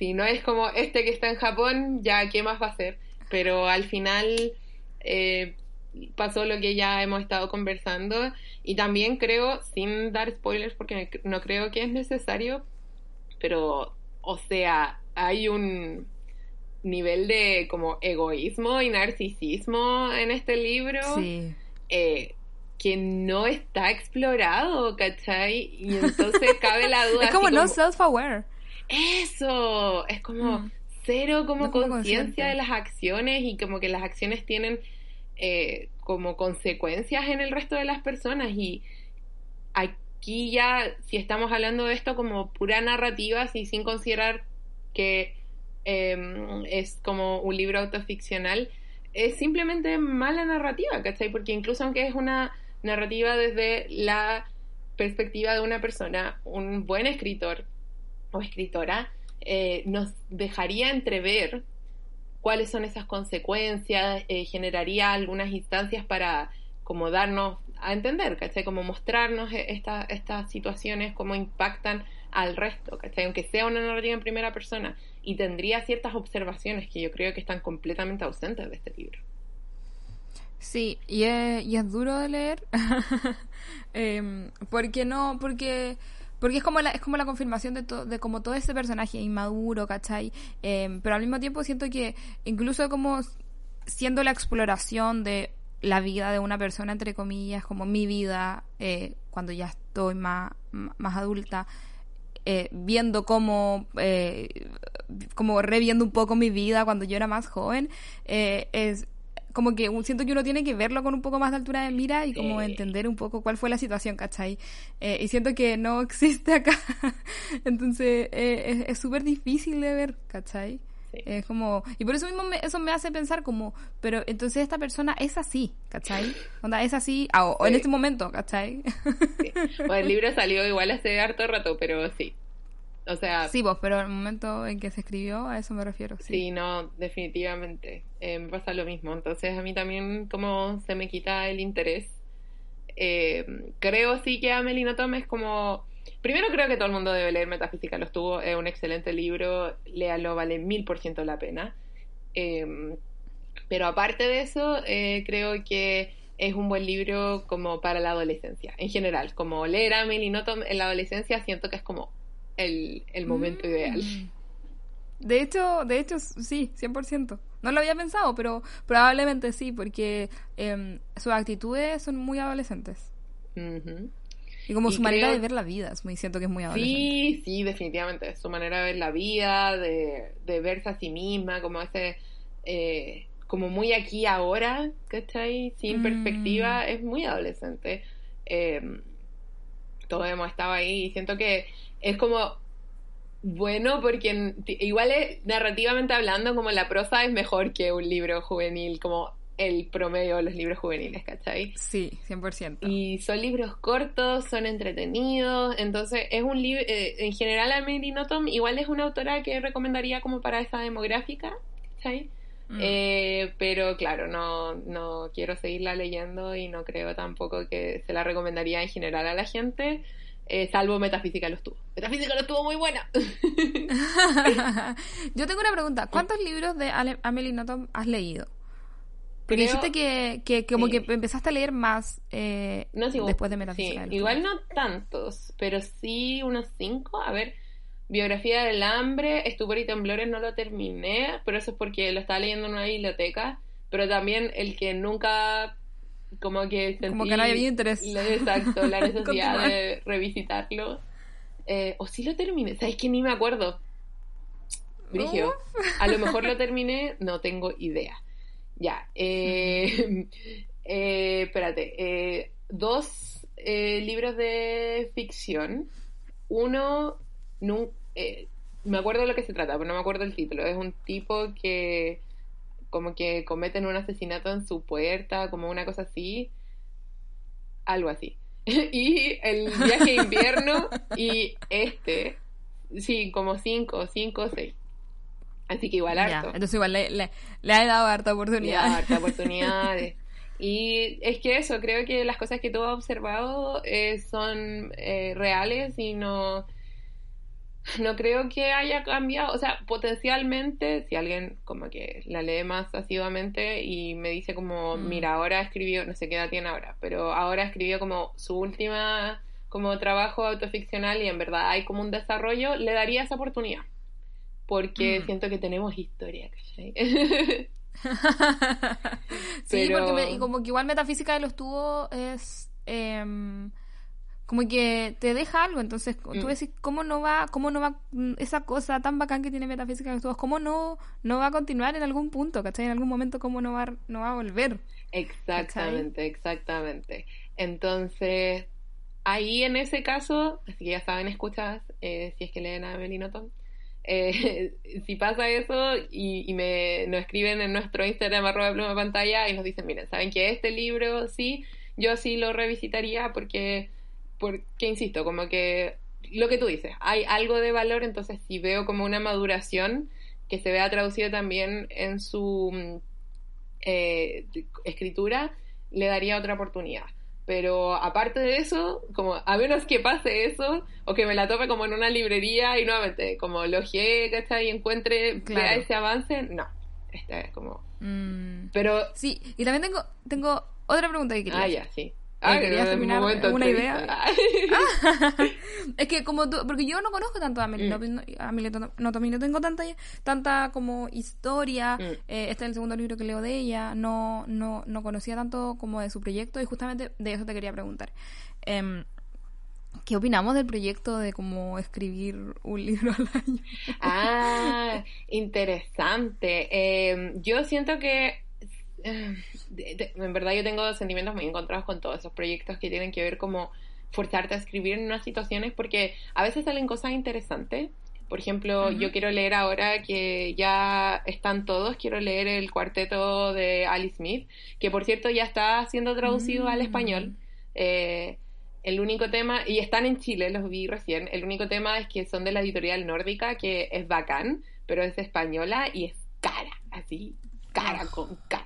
si no es como este que está en Japón, ya qué más va a ser. Pero al final eh, pasó lo que ya hemos estado conversando, y también creo, sin dar spoilers porque no creo que es necesario, pero, o sea, hay un nivel de como egoísmo y narcisismo en este libro sí. eh, que no está explorado, ¿cachai? Y entonces cabe la duda. Es como no como, self-aware. Eso, es como mm. cero como no como conciencia de las acciones, y como que las acciones tienen eh, como consecuencias en el resto de las personas. Y aquí ya, si estamos hablando de esto como pura narrativa, y sin considerar que eh, es como un libro autoficcional, es simplemente mala narrativa, ¿cachai? Porque incluso aunque es una narrativa desde la perspectiva de una persona, un buen escritor o escritora eh, nos dejaría entrever cuáles son esas consecuencias, eh, generaría algunas instancias para como darnos a entender, ¿cachai? Como mostrarnos esta, estas situaciones, cómo impactan al resto, ¿cachai? Aunque sea una narrativa en primera persona, y tendría ciertas observaciones que yo creo que están completamente ausentes de este libro. Sí, y es, y es duro de leer, eh, porque no, porque... Porque es como la, es como la confirmación de, to, de como todo ese personaje inmaduro, ¿cachai? Eh, pero al mismo tiempo siento que incluso como siendo la exploración de la vida de una persona, entre comillas, como mi vida, eh, cuando ya estoy más, más adulta, eh, viendo cómo, eh, como reviendo un poco mi vida cuando yo era más joven, eh, es... como que siento que uno tiene que verlo con un poco más de altura de mira y como sí. entender un poco cuál fue la situación, ¿cachai? Eh, y siento que no existe acá. Entonces eh, es súper difícil de ver, ¿cachai? Sí. Es como... Y por eso mismo me, eso me hace pensar como, pero entonces esta persona es así, ¿cachai? Onda, es así, ah, o, sí. o en este momento, ¿cachai? Sí. Bueno, el libro salió igual hace harto rato, pero sí. O sea... Sí, vos, pero el momento en que se escribió, a eso me refiero. Sí, sí no, definitivamente. Eh, me pasa lo mismo. Entonces a mí también como se me quita el interés. Eh, creo sí que Amelie Nothomb es como... Primero creo que todo el mundo debe leer Metafísica los Tubos. Es un excelente libro. Léalo, vale mil por ciento la pena. Eh, pero aparte de eso, eh, creo que es un buen libro como para la adolescencia. En general, como leer Amelie Nothomb en la adolescencia siento que es como... El, el momento mm. ideal. De hecho, de hecho, sí, cien por ciento. No lo había pensado, pero probablemente sí, porque eh, sus actitudes son muy adolescentes. Uh-huh. Y como y su creo... manera de ver la vida, es muy, siento que es muy adolescente. Sí, sí, definitivamente. Su manera de ver la vida, de, de verse a sí misma, como ese... Eh, como muy aquí ahora, ¿cachai? Sin mm. perspectiva, es muy adolescente. Eh, todos hemos estado ahí y siento que es como bueno porque igual es, narrativamente hablando, como la prosa es mejor que un libro juvenil, como el promedio de los libros juveniles, ¿cachai? Sí, cien por ciento. Y son libros cortos, son entretenidos, entonces es un libro, eh, en general Amelie Nothomb igual es una autora que recomendaría como para esa demográfica, ¿cachai? Mm. Eh, pero claro, no, no quiero seguirla leyendo y no creo tampoco que se la recomendaría en general a la gente. Eh, salvo Metafísica los Tubos. Metafísica los Tubos muy buena. Yo tengo una pregunta. ¿Cuántos mm. libros de Ale- Amelie Nothomb has leído? Porque Creo, dijiste que, que como sí. que empezaste a leer más eh, no, sí, después de Metafísica. Sí, igual no tantos, pero sí unos cinco. A ver, Biografía del Hambre, Estupor y Temblores no lo terminé, pero eso es porque lo estaba leyendo en una biblioteca. Pero también el que nunca... como que sentí como que no había interés lo, exacto, la necesidad de revisitarlo eh, o sí lo terminé, sabes que ni me acuerdo, Brigio, a lo mejor lo terminé, no tengo idea. Ya eh, eh, espérate eh, dos eh, libros de ficción. Uno nun, eh, me acuerdo de lo que se trata, pero no me acuerdo el título. Es un tipo que como que cometen un asesinato en su puerta, como una cosa así, algo así. Y el viaje de invierno y este, sí, como cinco, cinco o seis. Así que igual harto. Ya, entonces igual le, le, le ha dado harta oportunidad. Ya, harta oportunidades. Y es que eso, creo que las cosas que tú has observado eh, son eh, reales y no... no creo que haya cambiado, o sea, potencialmente, si alguien como que la lee más asiduamente y me dice como, mm. mira, ahora escribió, no sé qué edad tiene ahora, pero ahora escribió como su última como trabajo autoficcional y en verdad hay como un desarrollo, le daría esa oportunidad, porque mm. siento que tenemos historia, ¿cachai? Sí, pero... porque me, y como que igual Metafísica de los Tubos es... Eh, como que te deja algo, entonces mm. tú decís, ¿cómo no va cómo no va esa cosa tan bacán que tiene Metafísica de los Tubos, cómo no no va a continuar en algún punto, ¿cachai? En algún momento, ¿cómo no va, no va a volver? Exactamente, ¿cachai? Exactamente. Entonces, ahí en ese caso, así que ya saben, escuchas, eh, si es que leen a Amelie Nothomb, eh, si pasa eso y, y me nos escriben en nuestro Instagram arroba pluma pantalla y nos dicen, miren, ¿saben que este libro sí? Yo sí lo revisitaría porque... porque, insisto, como que lo que tú dices, hay algo de valor, entonces si veo como una maduración que se vea traducida también en su eh, escritura, le daría otra oportunidad. Pero aparte de eso, como a menos que pase eso, o que me la tope como en una librería y nuevamente, como lo ojeé, ¿cachai? Y encuentre, claro, vea ese avance, no, esta es como... Mm. Pero... Sí, y también tengo, tengo otra pregunta que quería Ah, hacer. ya, sí. Ah, querías terminar una idea. Ah. Es que como tú, porque yo no conozco tanto a Amelie Nothomb, no, no tengo tanta tanta como historia. Mm. Eh, este es el segundo libro que leo de ella. No no no conocía tanto como de su proyecto y justamente de eso te quería preguntar. Eh, ¿Qué opinamos del proyecto de cómo escribir un libro al año? Ah, interesante. Eh, yo siento que De, de, en verdad yo tengo sentimientos muy encontrados con todos esos proyectos que tienen que ver como forzarte a escribir en unas situaciones, porque a veces salen cosas interesantes. Por ejemplo, uh-huh. yo quiero leer ahora que ya están todos, quiero leer el cuarteto de Alice Smith, que por cierto ya está siendo traducido uh-huh. al español. Eh, el único tema, y están en Chile, los vi recién, el único tema es que son de la editorial nórdica, que es bacán, pero es española y es cara, así, cara con cara.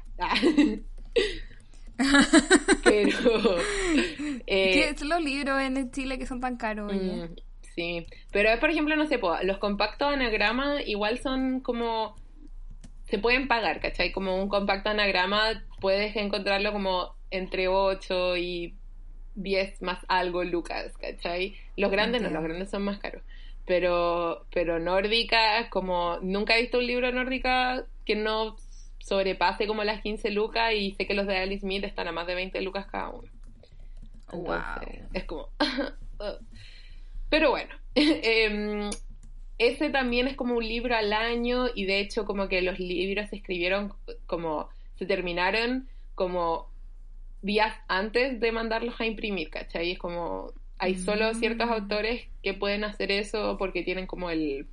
Pero eh, ¿qué son los libros en Chile que son tan caros? Mm, sí, pero es por ejemplo, no sé, los compactos anagrama igual son como se pueden pagar, ¿cachai? Como un compacto anagrama puedes encontrarlo como entre ocho y diez más algo lucas, ¿cachai? Los grandes okay. no, los grandes son más caros. Pero pero nórdica, como nunca he visto un libro nórdica que no sobrepase como las quince lucas, y sé que los de Alice Smith están a más de veinte lucas cada uno. Entonces, wow. Es como... Pero bueno, eh, ese también es como un libro al año, y de hecho como que los libros se escribieron como... se terminaron como días antes de mandarlos a imprimir, ¿cachai? Es como... hay mm. solo ciertos autores que pueden hacer eso porque tienen como el...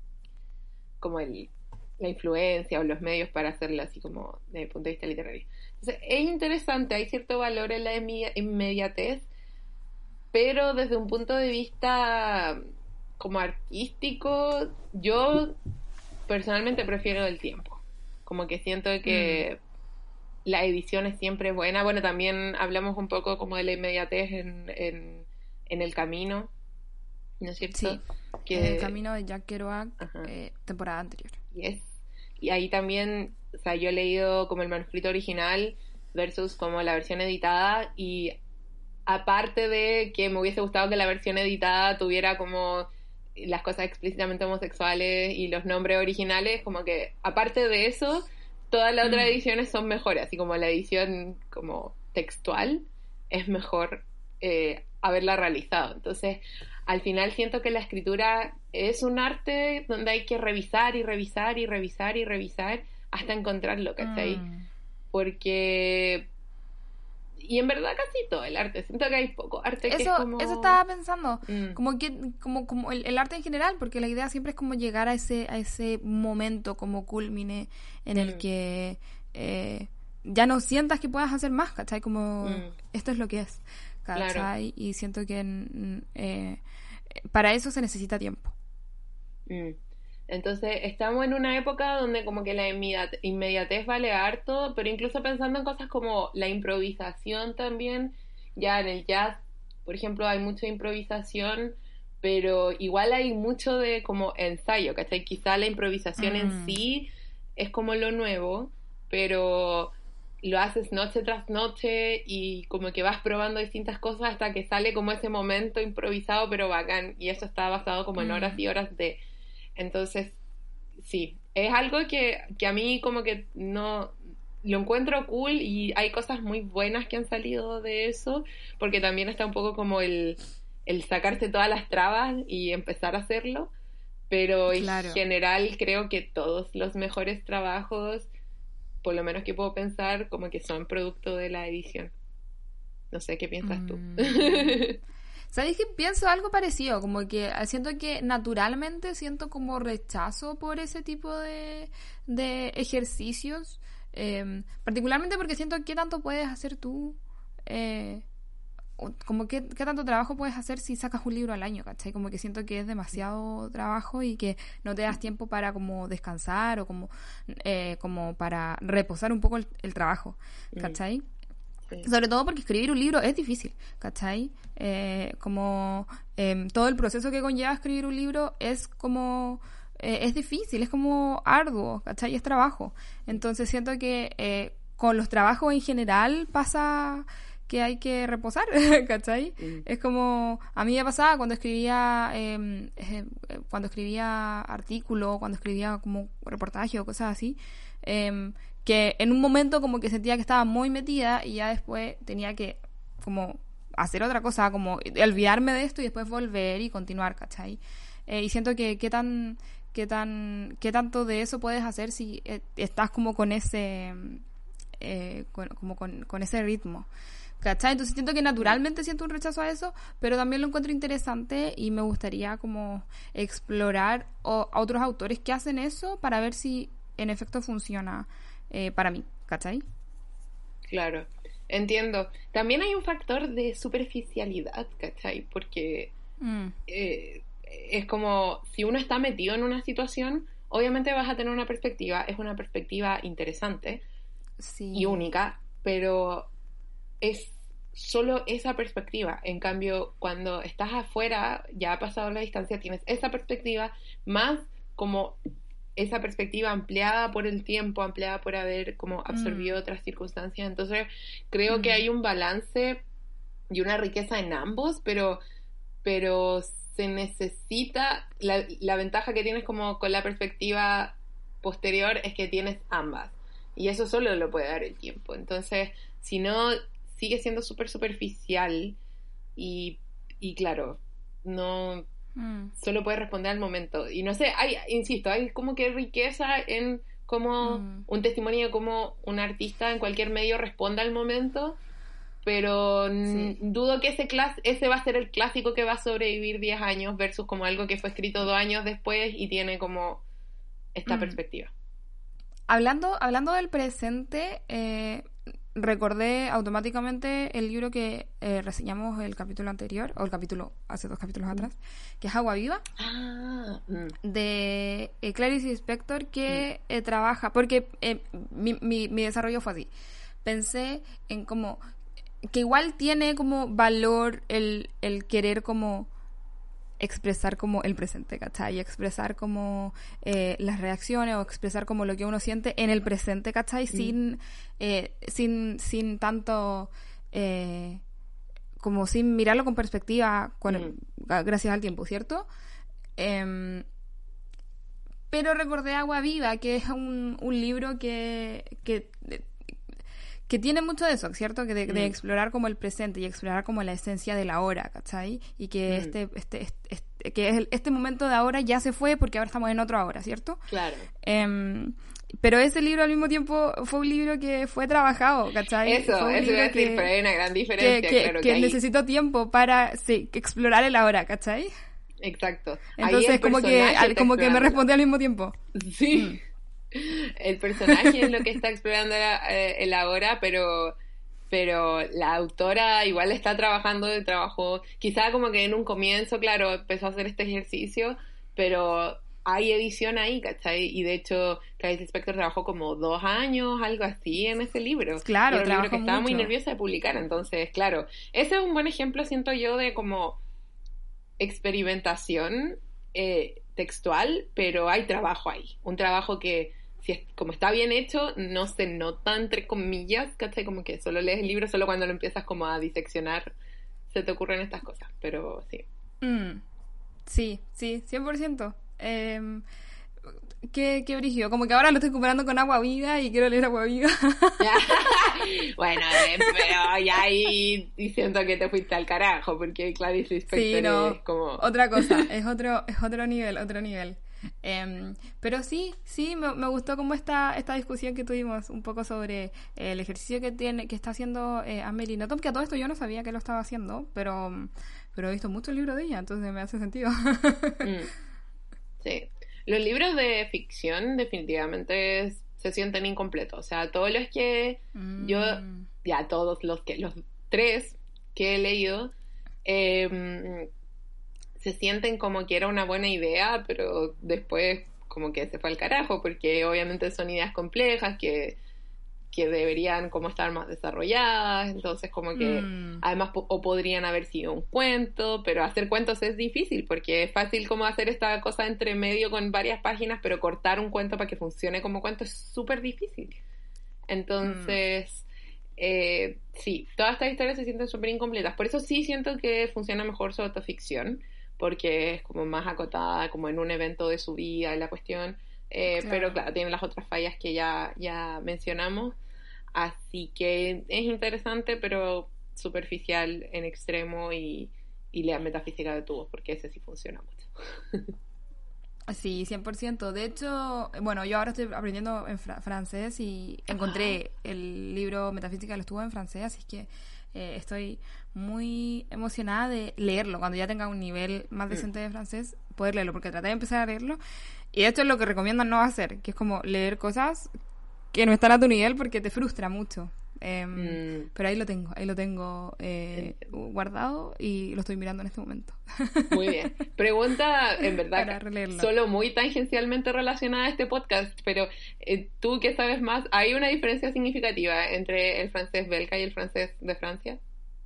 como el... la influencia o los medios para hacerlo así como desde el punto de vista literario. Entonces, es interesante, hay cierto valor en la inmediatez, pero desde un punto de vista como artístico, yo personalmente prefiero el tiempo. Como que siento que mm. la edición es siempre buena. Bueno, también hablamos un poco como de la inmediatez en, en, en El Camino, ¿no es cierto? Sí, que... El Camino de Jack Kerouac, eh, temporada anterior. Yes. Y ahí también, o sea, yo he leído como el manuscrito original versus como la versión editada, y aparte de que me hubiese gustado que la versión editada tuviera como las cosas explícitamente homosexuales y los nombres originales, como que aparte de eso, todas las mm. otras ediciones son mejores, así como la edición como textual es mejor eh, haberla realizado. Entonces, al final siento que la escritura es un arte donde hay que revisar y revisar y revisar y revisar hasta encontrarlo, ¿cachai? Mm. Porque... y en verdad casi todo el arte, siento que hay poco arte que eso, es como... eso estaba pensando, mm. como que como como el, el arte en general, porque la idea siempre es como llegar a ese a ese momento como culmine en mm. el que eh, ya no sientas que puedas hacer más, ¿cachai? Como mm. esto es lo que es, ¿cachai? Claro. Y siento que eh, para eso se necesita tiempo. Mm. Entonces estamos en una época donde como que la inmediatez vale harto, pero incluso pensando en cosas como la improvisación también, ya en el jazz, por ejemplo, hay mucha improvisación, pero igual hay mucho de como ensayo, ¿cachai? Quizá la improvisación mm. en sí es como lo nuevo, pero lo haces noche tras noche y como que vas probando distintas cosas hasta que sale como ese momento improvisado pero bacán, y eso está basado como en horas y horas de... Entonces, sí, es algo que, que a mí como que no... Lo encuentro cool y hay cosas muy buenas que han salido de eso, porque también está un poco como el, el sacarse todas las trabas y empezar a hacerlo, pero claro. En general creo que todos los mejores trabajos, por lo menos que puedo pensar, como que son producto de la edición. No sé, ¿qué piensas tú? Mm. ¿Sabes qué? Pienso algo parecido, como que siento que naturalmente siento como rechazo por ese tipo de, de ejercicios, eh, particularmente porque siento que tanto puedes hacer tú, eh, como que qué tanto trabajo puedes hacer si sacas un libro al año, ¿cachai? Como que siento que es demasiado trabajo y que no te das tiempo para como descansar o como, eh, como para reposar un poco el, el trabajo, ¿cachai? Sí. Sobre todo porque escribir un libro es difícil, ¿cachai? Eh, como eh, todo el proceso que conlleva escribir un libro es como... Eh, es difícil, es como arduo, ¿cachai? Es trabajo. Entonces siento que eh, con los trabajos en general pasa... que hay que reposar, ¿cachai? Mm. Es como, a mí me pasaba cuando escribía eh, eh, cuando escribía artículos, cuando escribía como reportaje o cosas así, eh, que en un momento como que sentía que estaba muy metida y ya después tenía que como hacer otra cosa, como olvidarme de esto y después volver y continuar, ¿cachai? Eh, y siento que qué tan, qué tan, qué tanto de eso puedes hacer si eh, estás como con ese, eh, con, como con, con ese ritmo, ¿cachai? Entonces siento que naturalmente siento un rechazo a eso, pero también lo encuentro interesante y me gustaría como explorar o, a otros autores que hacen eso para ver si en efecto funciona eh, para mí, ¿cachai? Claro, entiendo. También hay un factor de superficialidad, ¿cachai? Porque mm. eh, es como si uno está metido en una situación, obviamente vas a tener una perspectiva, es una perspectiva interesante sí. y única, pero es solo esa perspectiva. En cambio, cuando estás afuera, ya ha pasado la distancia, tienes esa perspectiva más como esa perspectiva ampliada por el tiempo, ampliada por haber como absorbido mm. otras circunstancias. Entonces creo mm. que hay un balance y una riqueza en ambos, pero pero se necesita, la, la ventaja que tienes como con la perspectiva posterior es que tienes ambas, y eso solo lo puede dar el tiempo. Entonces, si no, sigue siendo súper superficial y, y claro, no mm. solo puede responder al momento. Y no sé, hay, insisto, hay como que riqueza en cómo mm. un testimonio de cómo un artista en cualquier medio responda al momento, pero sí. dudo que ese clas- ese va a ser el clásico que va a sobrevivir diez años versus como algo que fue escrito dos años después y tiene como esta mm. perspectiva. Hablando, hablando del presente, eh, recordé automáticamente el libro que eh, reseñamos el capítulo anterior, o el capítulo, hace dos capítulos mm. atrás, que es Agua Viva, ah, mm. de eh, Clarice Lispector, que mm. eh, trabaja, porque eh, mi, mi, mi desarrollo fue así. Pensé en como que igual tiene como valor el, el querer como expresar como el presente, ¿cachai? Y expresar como eh, las reacciones o expresar como lo que uno siente en el presente, ¿cachai? Mm. Sin, eh, sin, sin tanto, eh, como sin mirarlo con perspectiva, con, mm. gracias al tiempo, ¿cierto? Eh, pero recordé Agua Viva, que es un, un libro que... que que tiene mucho de eso, ¿cierto? Que de, mm. de explorar como el presente y explorar como la esencia de la hora, ¿cachai? Y que mm. este, este, este, este, que es el, este momento de ahora ya se fue porque ahora estamos en otro ahora, ¿cierto? Claro. Eh, pero ese libro al mismo tiempo fue un libro que fue trabajado, ¿cachai? Eso, fue un eso iba a decir, que, pero hay una gran diferencia, que, que, claro. Que, que necesitó tiempo para sí, explorar el ahora, ¿cachai? Exacto. Entonces como que, al, como que me respondió al mismo tiempo. Sí. Mm. El personaje es lo que está explorando el ahora, pero pero la autora igual está trabajando de trabajo, quizá como que en un comienzo, claro, empezó a hacer este ejercicio, pero hay edición ahí, ¿cachai? Y de hecho Clarice Lispector trabajó como dos años, algo así, en ese libro. Claro, y era un libro que mucho. estaba muy nerviosa de publicar, entonces, claro, ese es un buen ejemplo, siento yo, de como experimentación eh, textual, pero hay trabajo ahí. Un trabajo que, si es, como está bien hecho, no se nota, entre comillas, ¿cachai? Como que solo lees el libro, solo cuando lo empiezas como a diseccionar se te ocurren estas cosas, pero sí. Mm. Sí, sí, cien por ciento. Eh, qué, qué brígido. Como que ahora lo estoy comparando con Agua Viva y quiero leer Agua Viva. Bueno, eh, pero ya ahí siento que te fuiste al carajo, porque Clarice Lispector sí, no, es como... otra cosa, es otro, es otro nivel, otro nivel. Eh, pero sí, sí, me, me gustó como esta, esta discusión que tuvimos un poco sobre el ejercicio que tiene, que está haciendo eh, Amelie Nothomb, que a todo esto yo no sabía que lo estaba haciendo, pero, pero he visto muchos libros de ella, entonces me hace sentido. mm. Sí, los libros de ficción definitivamente se sienten incompletos, o sea, todos los que mm. yo, ya todos los que, los tres que he leído, eh, se sienten como que era una buena idea, pero después como que se fue al carajo, porque obviamente son ideas complejas que, que deberían como estar más desarrolladas, entonces como que mm. además po- o podrían haber sido un cuento, pero hacer cuentos es difícil, porque es fácil como hacer esta cosa entre medio con varias páginas, pero cortar un cuento para que funcione como cuento es súper difícil. Entonces... Mm. Eh, sí, todas estas historias se sienten súper incompletas, por eso sí siento que funciona mejor su autoficción, porque es como más acotada, como en un evento de su vida y la cuestión, eh, claro. Pero claro, tiene las otras fallas que ya, ya mencionamos, así que es interesante, pero superficial en extremo, y, y lea Metafísica de Tubos, porque ese sí funciona mucho. Sí, cien por ciento. De hecho, bueno, yo ahora estoy aprendiendo en fra- francés y encontré Ajá. el libro Metafísica de los Tubos en francés, así que eh, estoy muy emocionada de leerlo. Cuando ya tenga un nivel más decente de francés, poder leerlo, porque traté de empezar a leerlo. Y esto es lo que recomiendan no hacer, que es como leer cosas que no están a tu nivel porque te frustra mucho. Eh, mm. Pero ahí lo tengo, ahí lo tengo eh, guardado y lo estoy mirando en este momento. Muy bien. Pregunta, en verdad, solo muy tangencialmente relacionada a este podcast, pero eh, tú que sabes más, ¿hay una diferencia significativa entre el francés belga y el francés de Francia?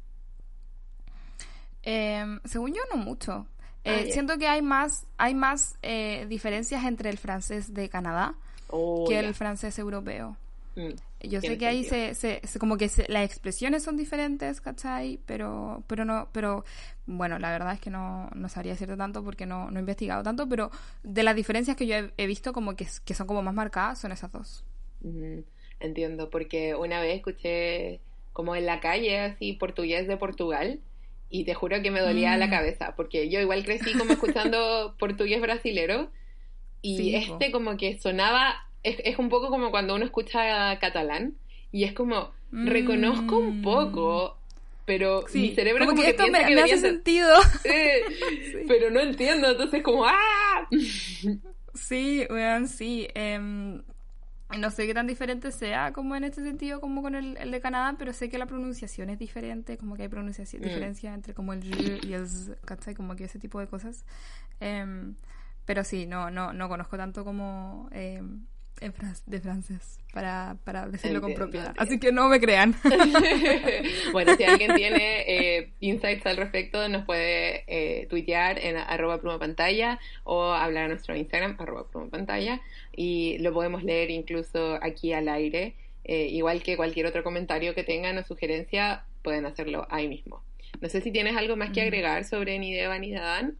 Eh, según yo, no mucho. Eh, ah, yeah. Siento que hay más, hay más eh, diferencias entre el francés de Canadá oh, que yeah. el francés europeo. Mm. Yo sé que ahí se, se, se como que se, las expresiones son diferentes, ¿cachai? Pero, pero no, pero bueno, la verdad es que no, no sabría decirte tanto porque no, no he investigado tanto, pero de las diferencias que yo he, he visto como que, que son como más marcadas son esas dos. Mm, entiendo, porque una vez escuché como en la calle así portugués de Portugal y te juro que me dolía mm. la cabeza, porque yo igual crecí como escuchando portugués brasilero y sí, este po. Como que sonaba... Es, es un poco como cuando uno escucha catalán y es como, mm. reconozco un poco, pero sí. mi cerebro como, como que, que esto piensa me, que me hace ser... sentido. Eh, sí. Pero no entiendo, entonces como ¡ah! Sí, bueno, sí. Eh, no sé qué tan diferente sea como en este sentido como con el, el de Canadá, pero sé que la pronunciación es diferente, como que hay pronunciación, mm. diferencia entre como el r y el z, ¿cachai? Como que ese tipo de cosas. Eh, pero sí, no, no, no conozco tanto como... Eh, En fran- de francés para, para decirlo entiendo, con propiedad, entiendo. Así que no me crean. Bueno, si alguien tiene eh, insights al respecto, nos puede eh, tuitear en arroba pluma pantalla o hablar a nuestro Instagram arroba pluma pantalla y lo podemos leer incluso aquí al aire, eh, igual que cualquier otro comentario que tengan o sugerencia pueden hacerlo ahí mismo. No sé si tienes algo más que agregar sobre Ni Deva ni Dadán.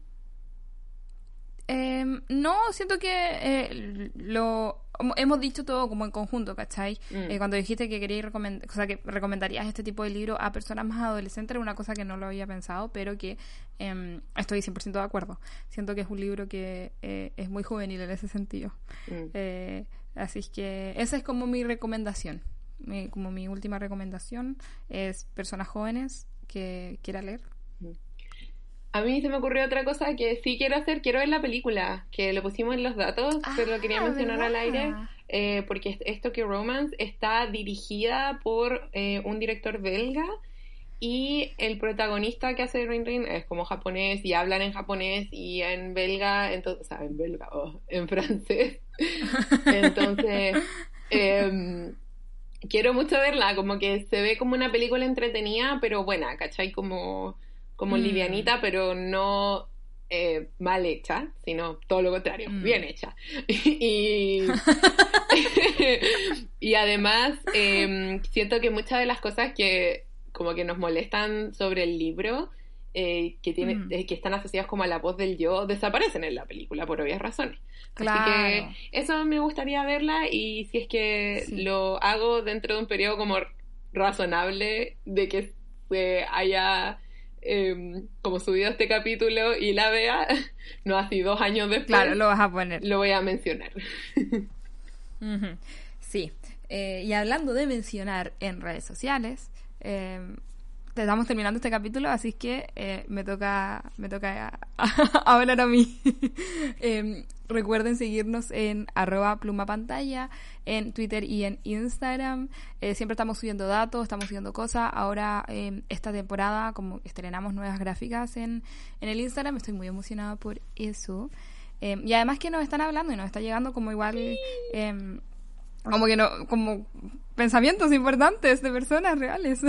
Eh, no, siento que eh, lo hemos dicho todo como en conjunto, ¿cachai? Mm. Eh, cuando dijiste que querías recomend- o sea, que recomendarías este tipo de libro a personas más adolescentes, era una cosa que no lo había pensado, pero que eh, estoy cien por ciento de acuerdo. Siento que es un libro que eh, es muy juvenil en ese sentido. Mm. Eh, así es que esa es como mi recomendación. Mi, como mi última recomendación es personas jóvenes que quieran leer. Mm. A mí se me ocurrió otra cosa que sí quiero hacer, quiero ver la película, que lo pusimos en los datos, ah, pero lo quería mencionar ¿verdad? Al aire, eh, porque es Tokyo Romance está dirigida por eh, un director belga y el protagonista que hace Rin Rin es como japonés y hablan en japonés y en belga, entonces, o sea, en belga, oh, en francés. Entonces, eh, quiero mucho verla, como que se ve como una película entretenida, pero buena, ¿cachai? Como... como mm. livianita, pero no eh, mal hecha, sino todo lo contrario, mm. bien hecha. y, y además eh, siento que muchas de las cosas que como que nos molestan sobre el libro, eh, que, tiene, mm. eh, que están asociadas como a la voz del yo, desaparecen en la película por obvias razones. Claro. Así que eso me gustaría verla, y si es que sí. lo hago dentro de un periodo como razonable de que se haya eh, como subido este capítulo y la vea, no así dos años después. Claro, lo vas a poner. Lo voy a mencionar. Uh-huh. Sí. Eh, y hablando de mencionar en redes sociales, eh, estamos terminando este capítulo, así que eh, me toca me toca hablar a mí. eh, recuerden seguirnos en arroba plumapantalla, en Twitter y en Instagram. Eh, siempre estamos subiendo datos, estamos subiendo cosas. Ahora, eh, esta temporada, como estrenamos nuevas gráficas en, en el Instagram, estoy muy emocionada por eso. Eh, y además que nos están hablando y nos está llegando como igual... Eh, como que no, como pensamientos importantes de personas reales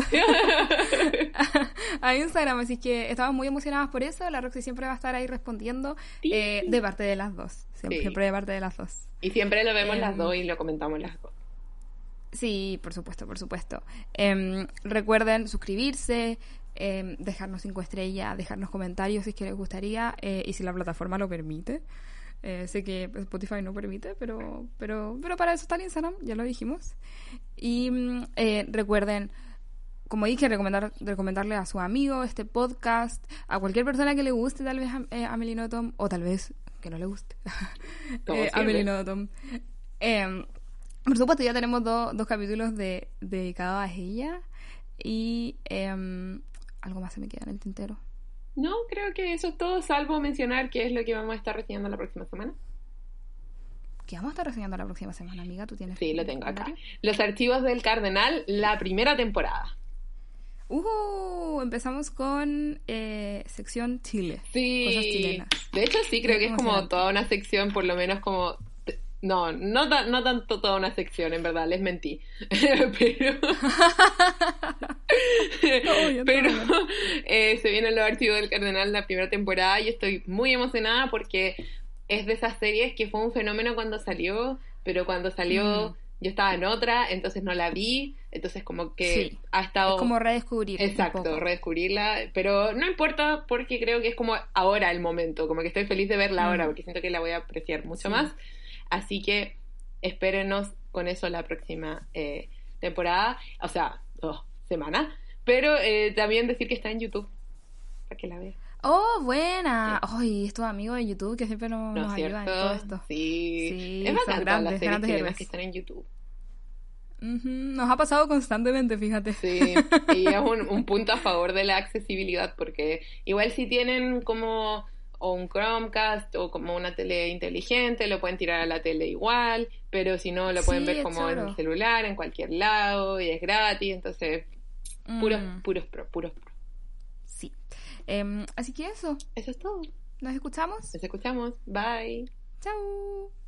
a Instagram, así que estamos muy emocionadas por eso. La Roxy siempre va a estar ahí respondiendo, eh, de parte de las dos, siempre, sí. siempre de parte de las dos, y siempre lo vemos eh, las dos y lo comentamos las dos. Sí, por supuesto, por supuesto. Eh, recuerden suscribirse, eh, dejarnos cinco estrellas, dejarnos comentarios si es que les gustaría, eh, y si la plataforma lo permite. Eh, sé que Spotify no permite, pero pero pero para eso está el Instagram, ya lo dijimos. Y eh, recuerden, como dije, recomendar, recomendarle a su amigo este podcast, a cualquier persona que le guste tal vez a, eh, a Melinotom, o tal vez que no le guste eh, a Melinotom. Eh, por supuesto, ya tenemos do, dos capítulos de, dedicados a ella, y eh, algo más se me queda en el tintero. No, creo que eso es todo, salvo mencionar qué es lo que vamos a estar reseñando la próxima semana. ¿Qué vamos a estar reseñando la próxima semana, amiga? ¿Tú tienes? Sí, lo tengo acá. Los archivos del Cardenal, la primera temporada. Uh, empezamos con eh, sección Chile. Sí. Cosas chilenas. De hecho, sí, creo que es como toda una sección, por lo menos como... No, no, ta- no tanto toda una sección, en verdad, les mentí. pero no, pero eh, se vienen los archivos del Cardenal la primera temporada, y estoy muy emocionada porque es de esas series que fue un fenómeno cuando salió, pero cuando salió mm. yo estaba en otra, entonces no la vi, entonces como que sí. ha estado... Es como redescubrir. Exacto, redescubrirla, pero no importa porque creo que es como ahora el momento, como que estoy feliz de verla mm. ahora, porque siento que la voy a apreciar mucho sí. más. Así que espérenos con eso la próxima eh, temporada, o sea, oh, semana. Pero eh, también decir que está en YouTube, para que la vean. ¡Oh, buena! ¡Ay, sí. oh, estos amigos de YouTube que siempre nos, ¿No nos ayudan en todo esto! Sí, sí es bastante todas las series chilenas que están en YouTube. Uh-huh. Nos ha pasado constantemente, fíjate. Sí, y es un, un punto a favor de la accesibilidad, porque igual si tienen como... o un Chromecast o como una tele inteligente, lo pueden tirar a la tele igual, pero si no, lo pueden sí, ver como choro. En el celular, en cualquier lado, y es gratis, entonces, puros, mm. puros pro, puros pro. Sí. Eh, así que eso. Eso es todo. ¿Nos escuchamos? Nos escuchamos. Bye. Chao.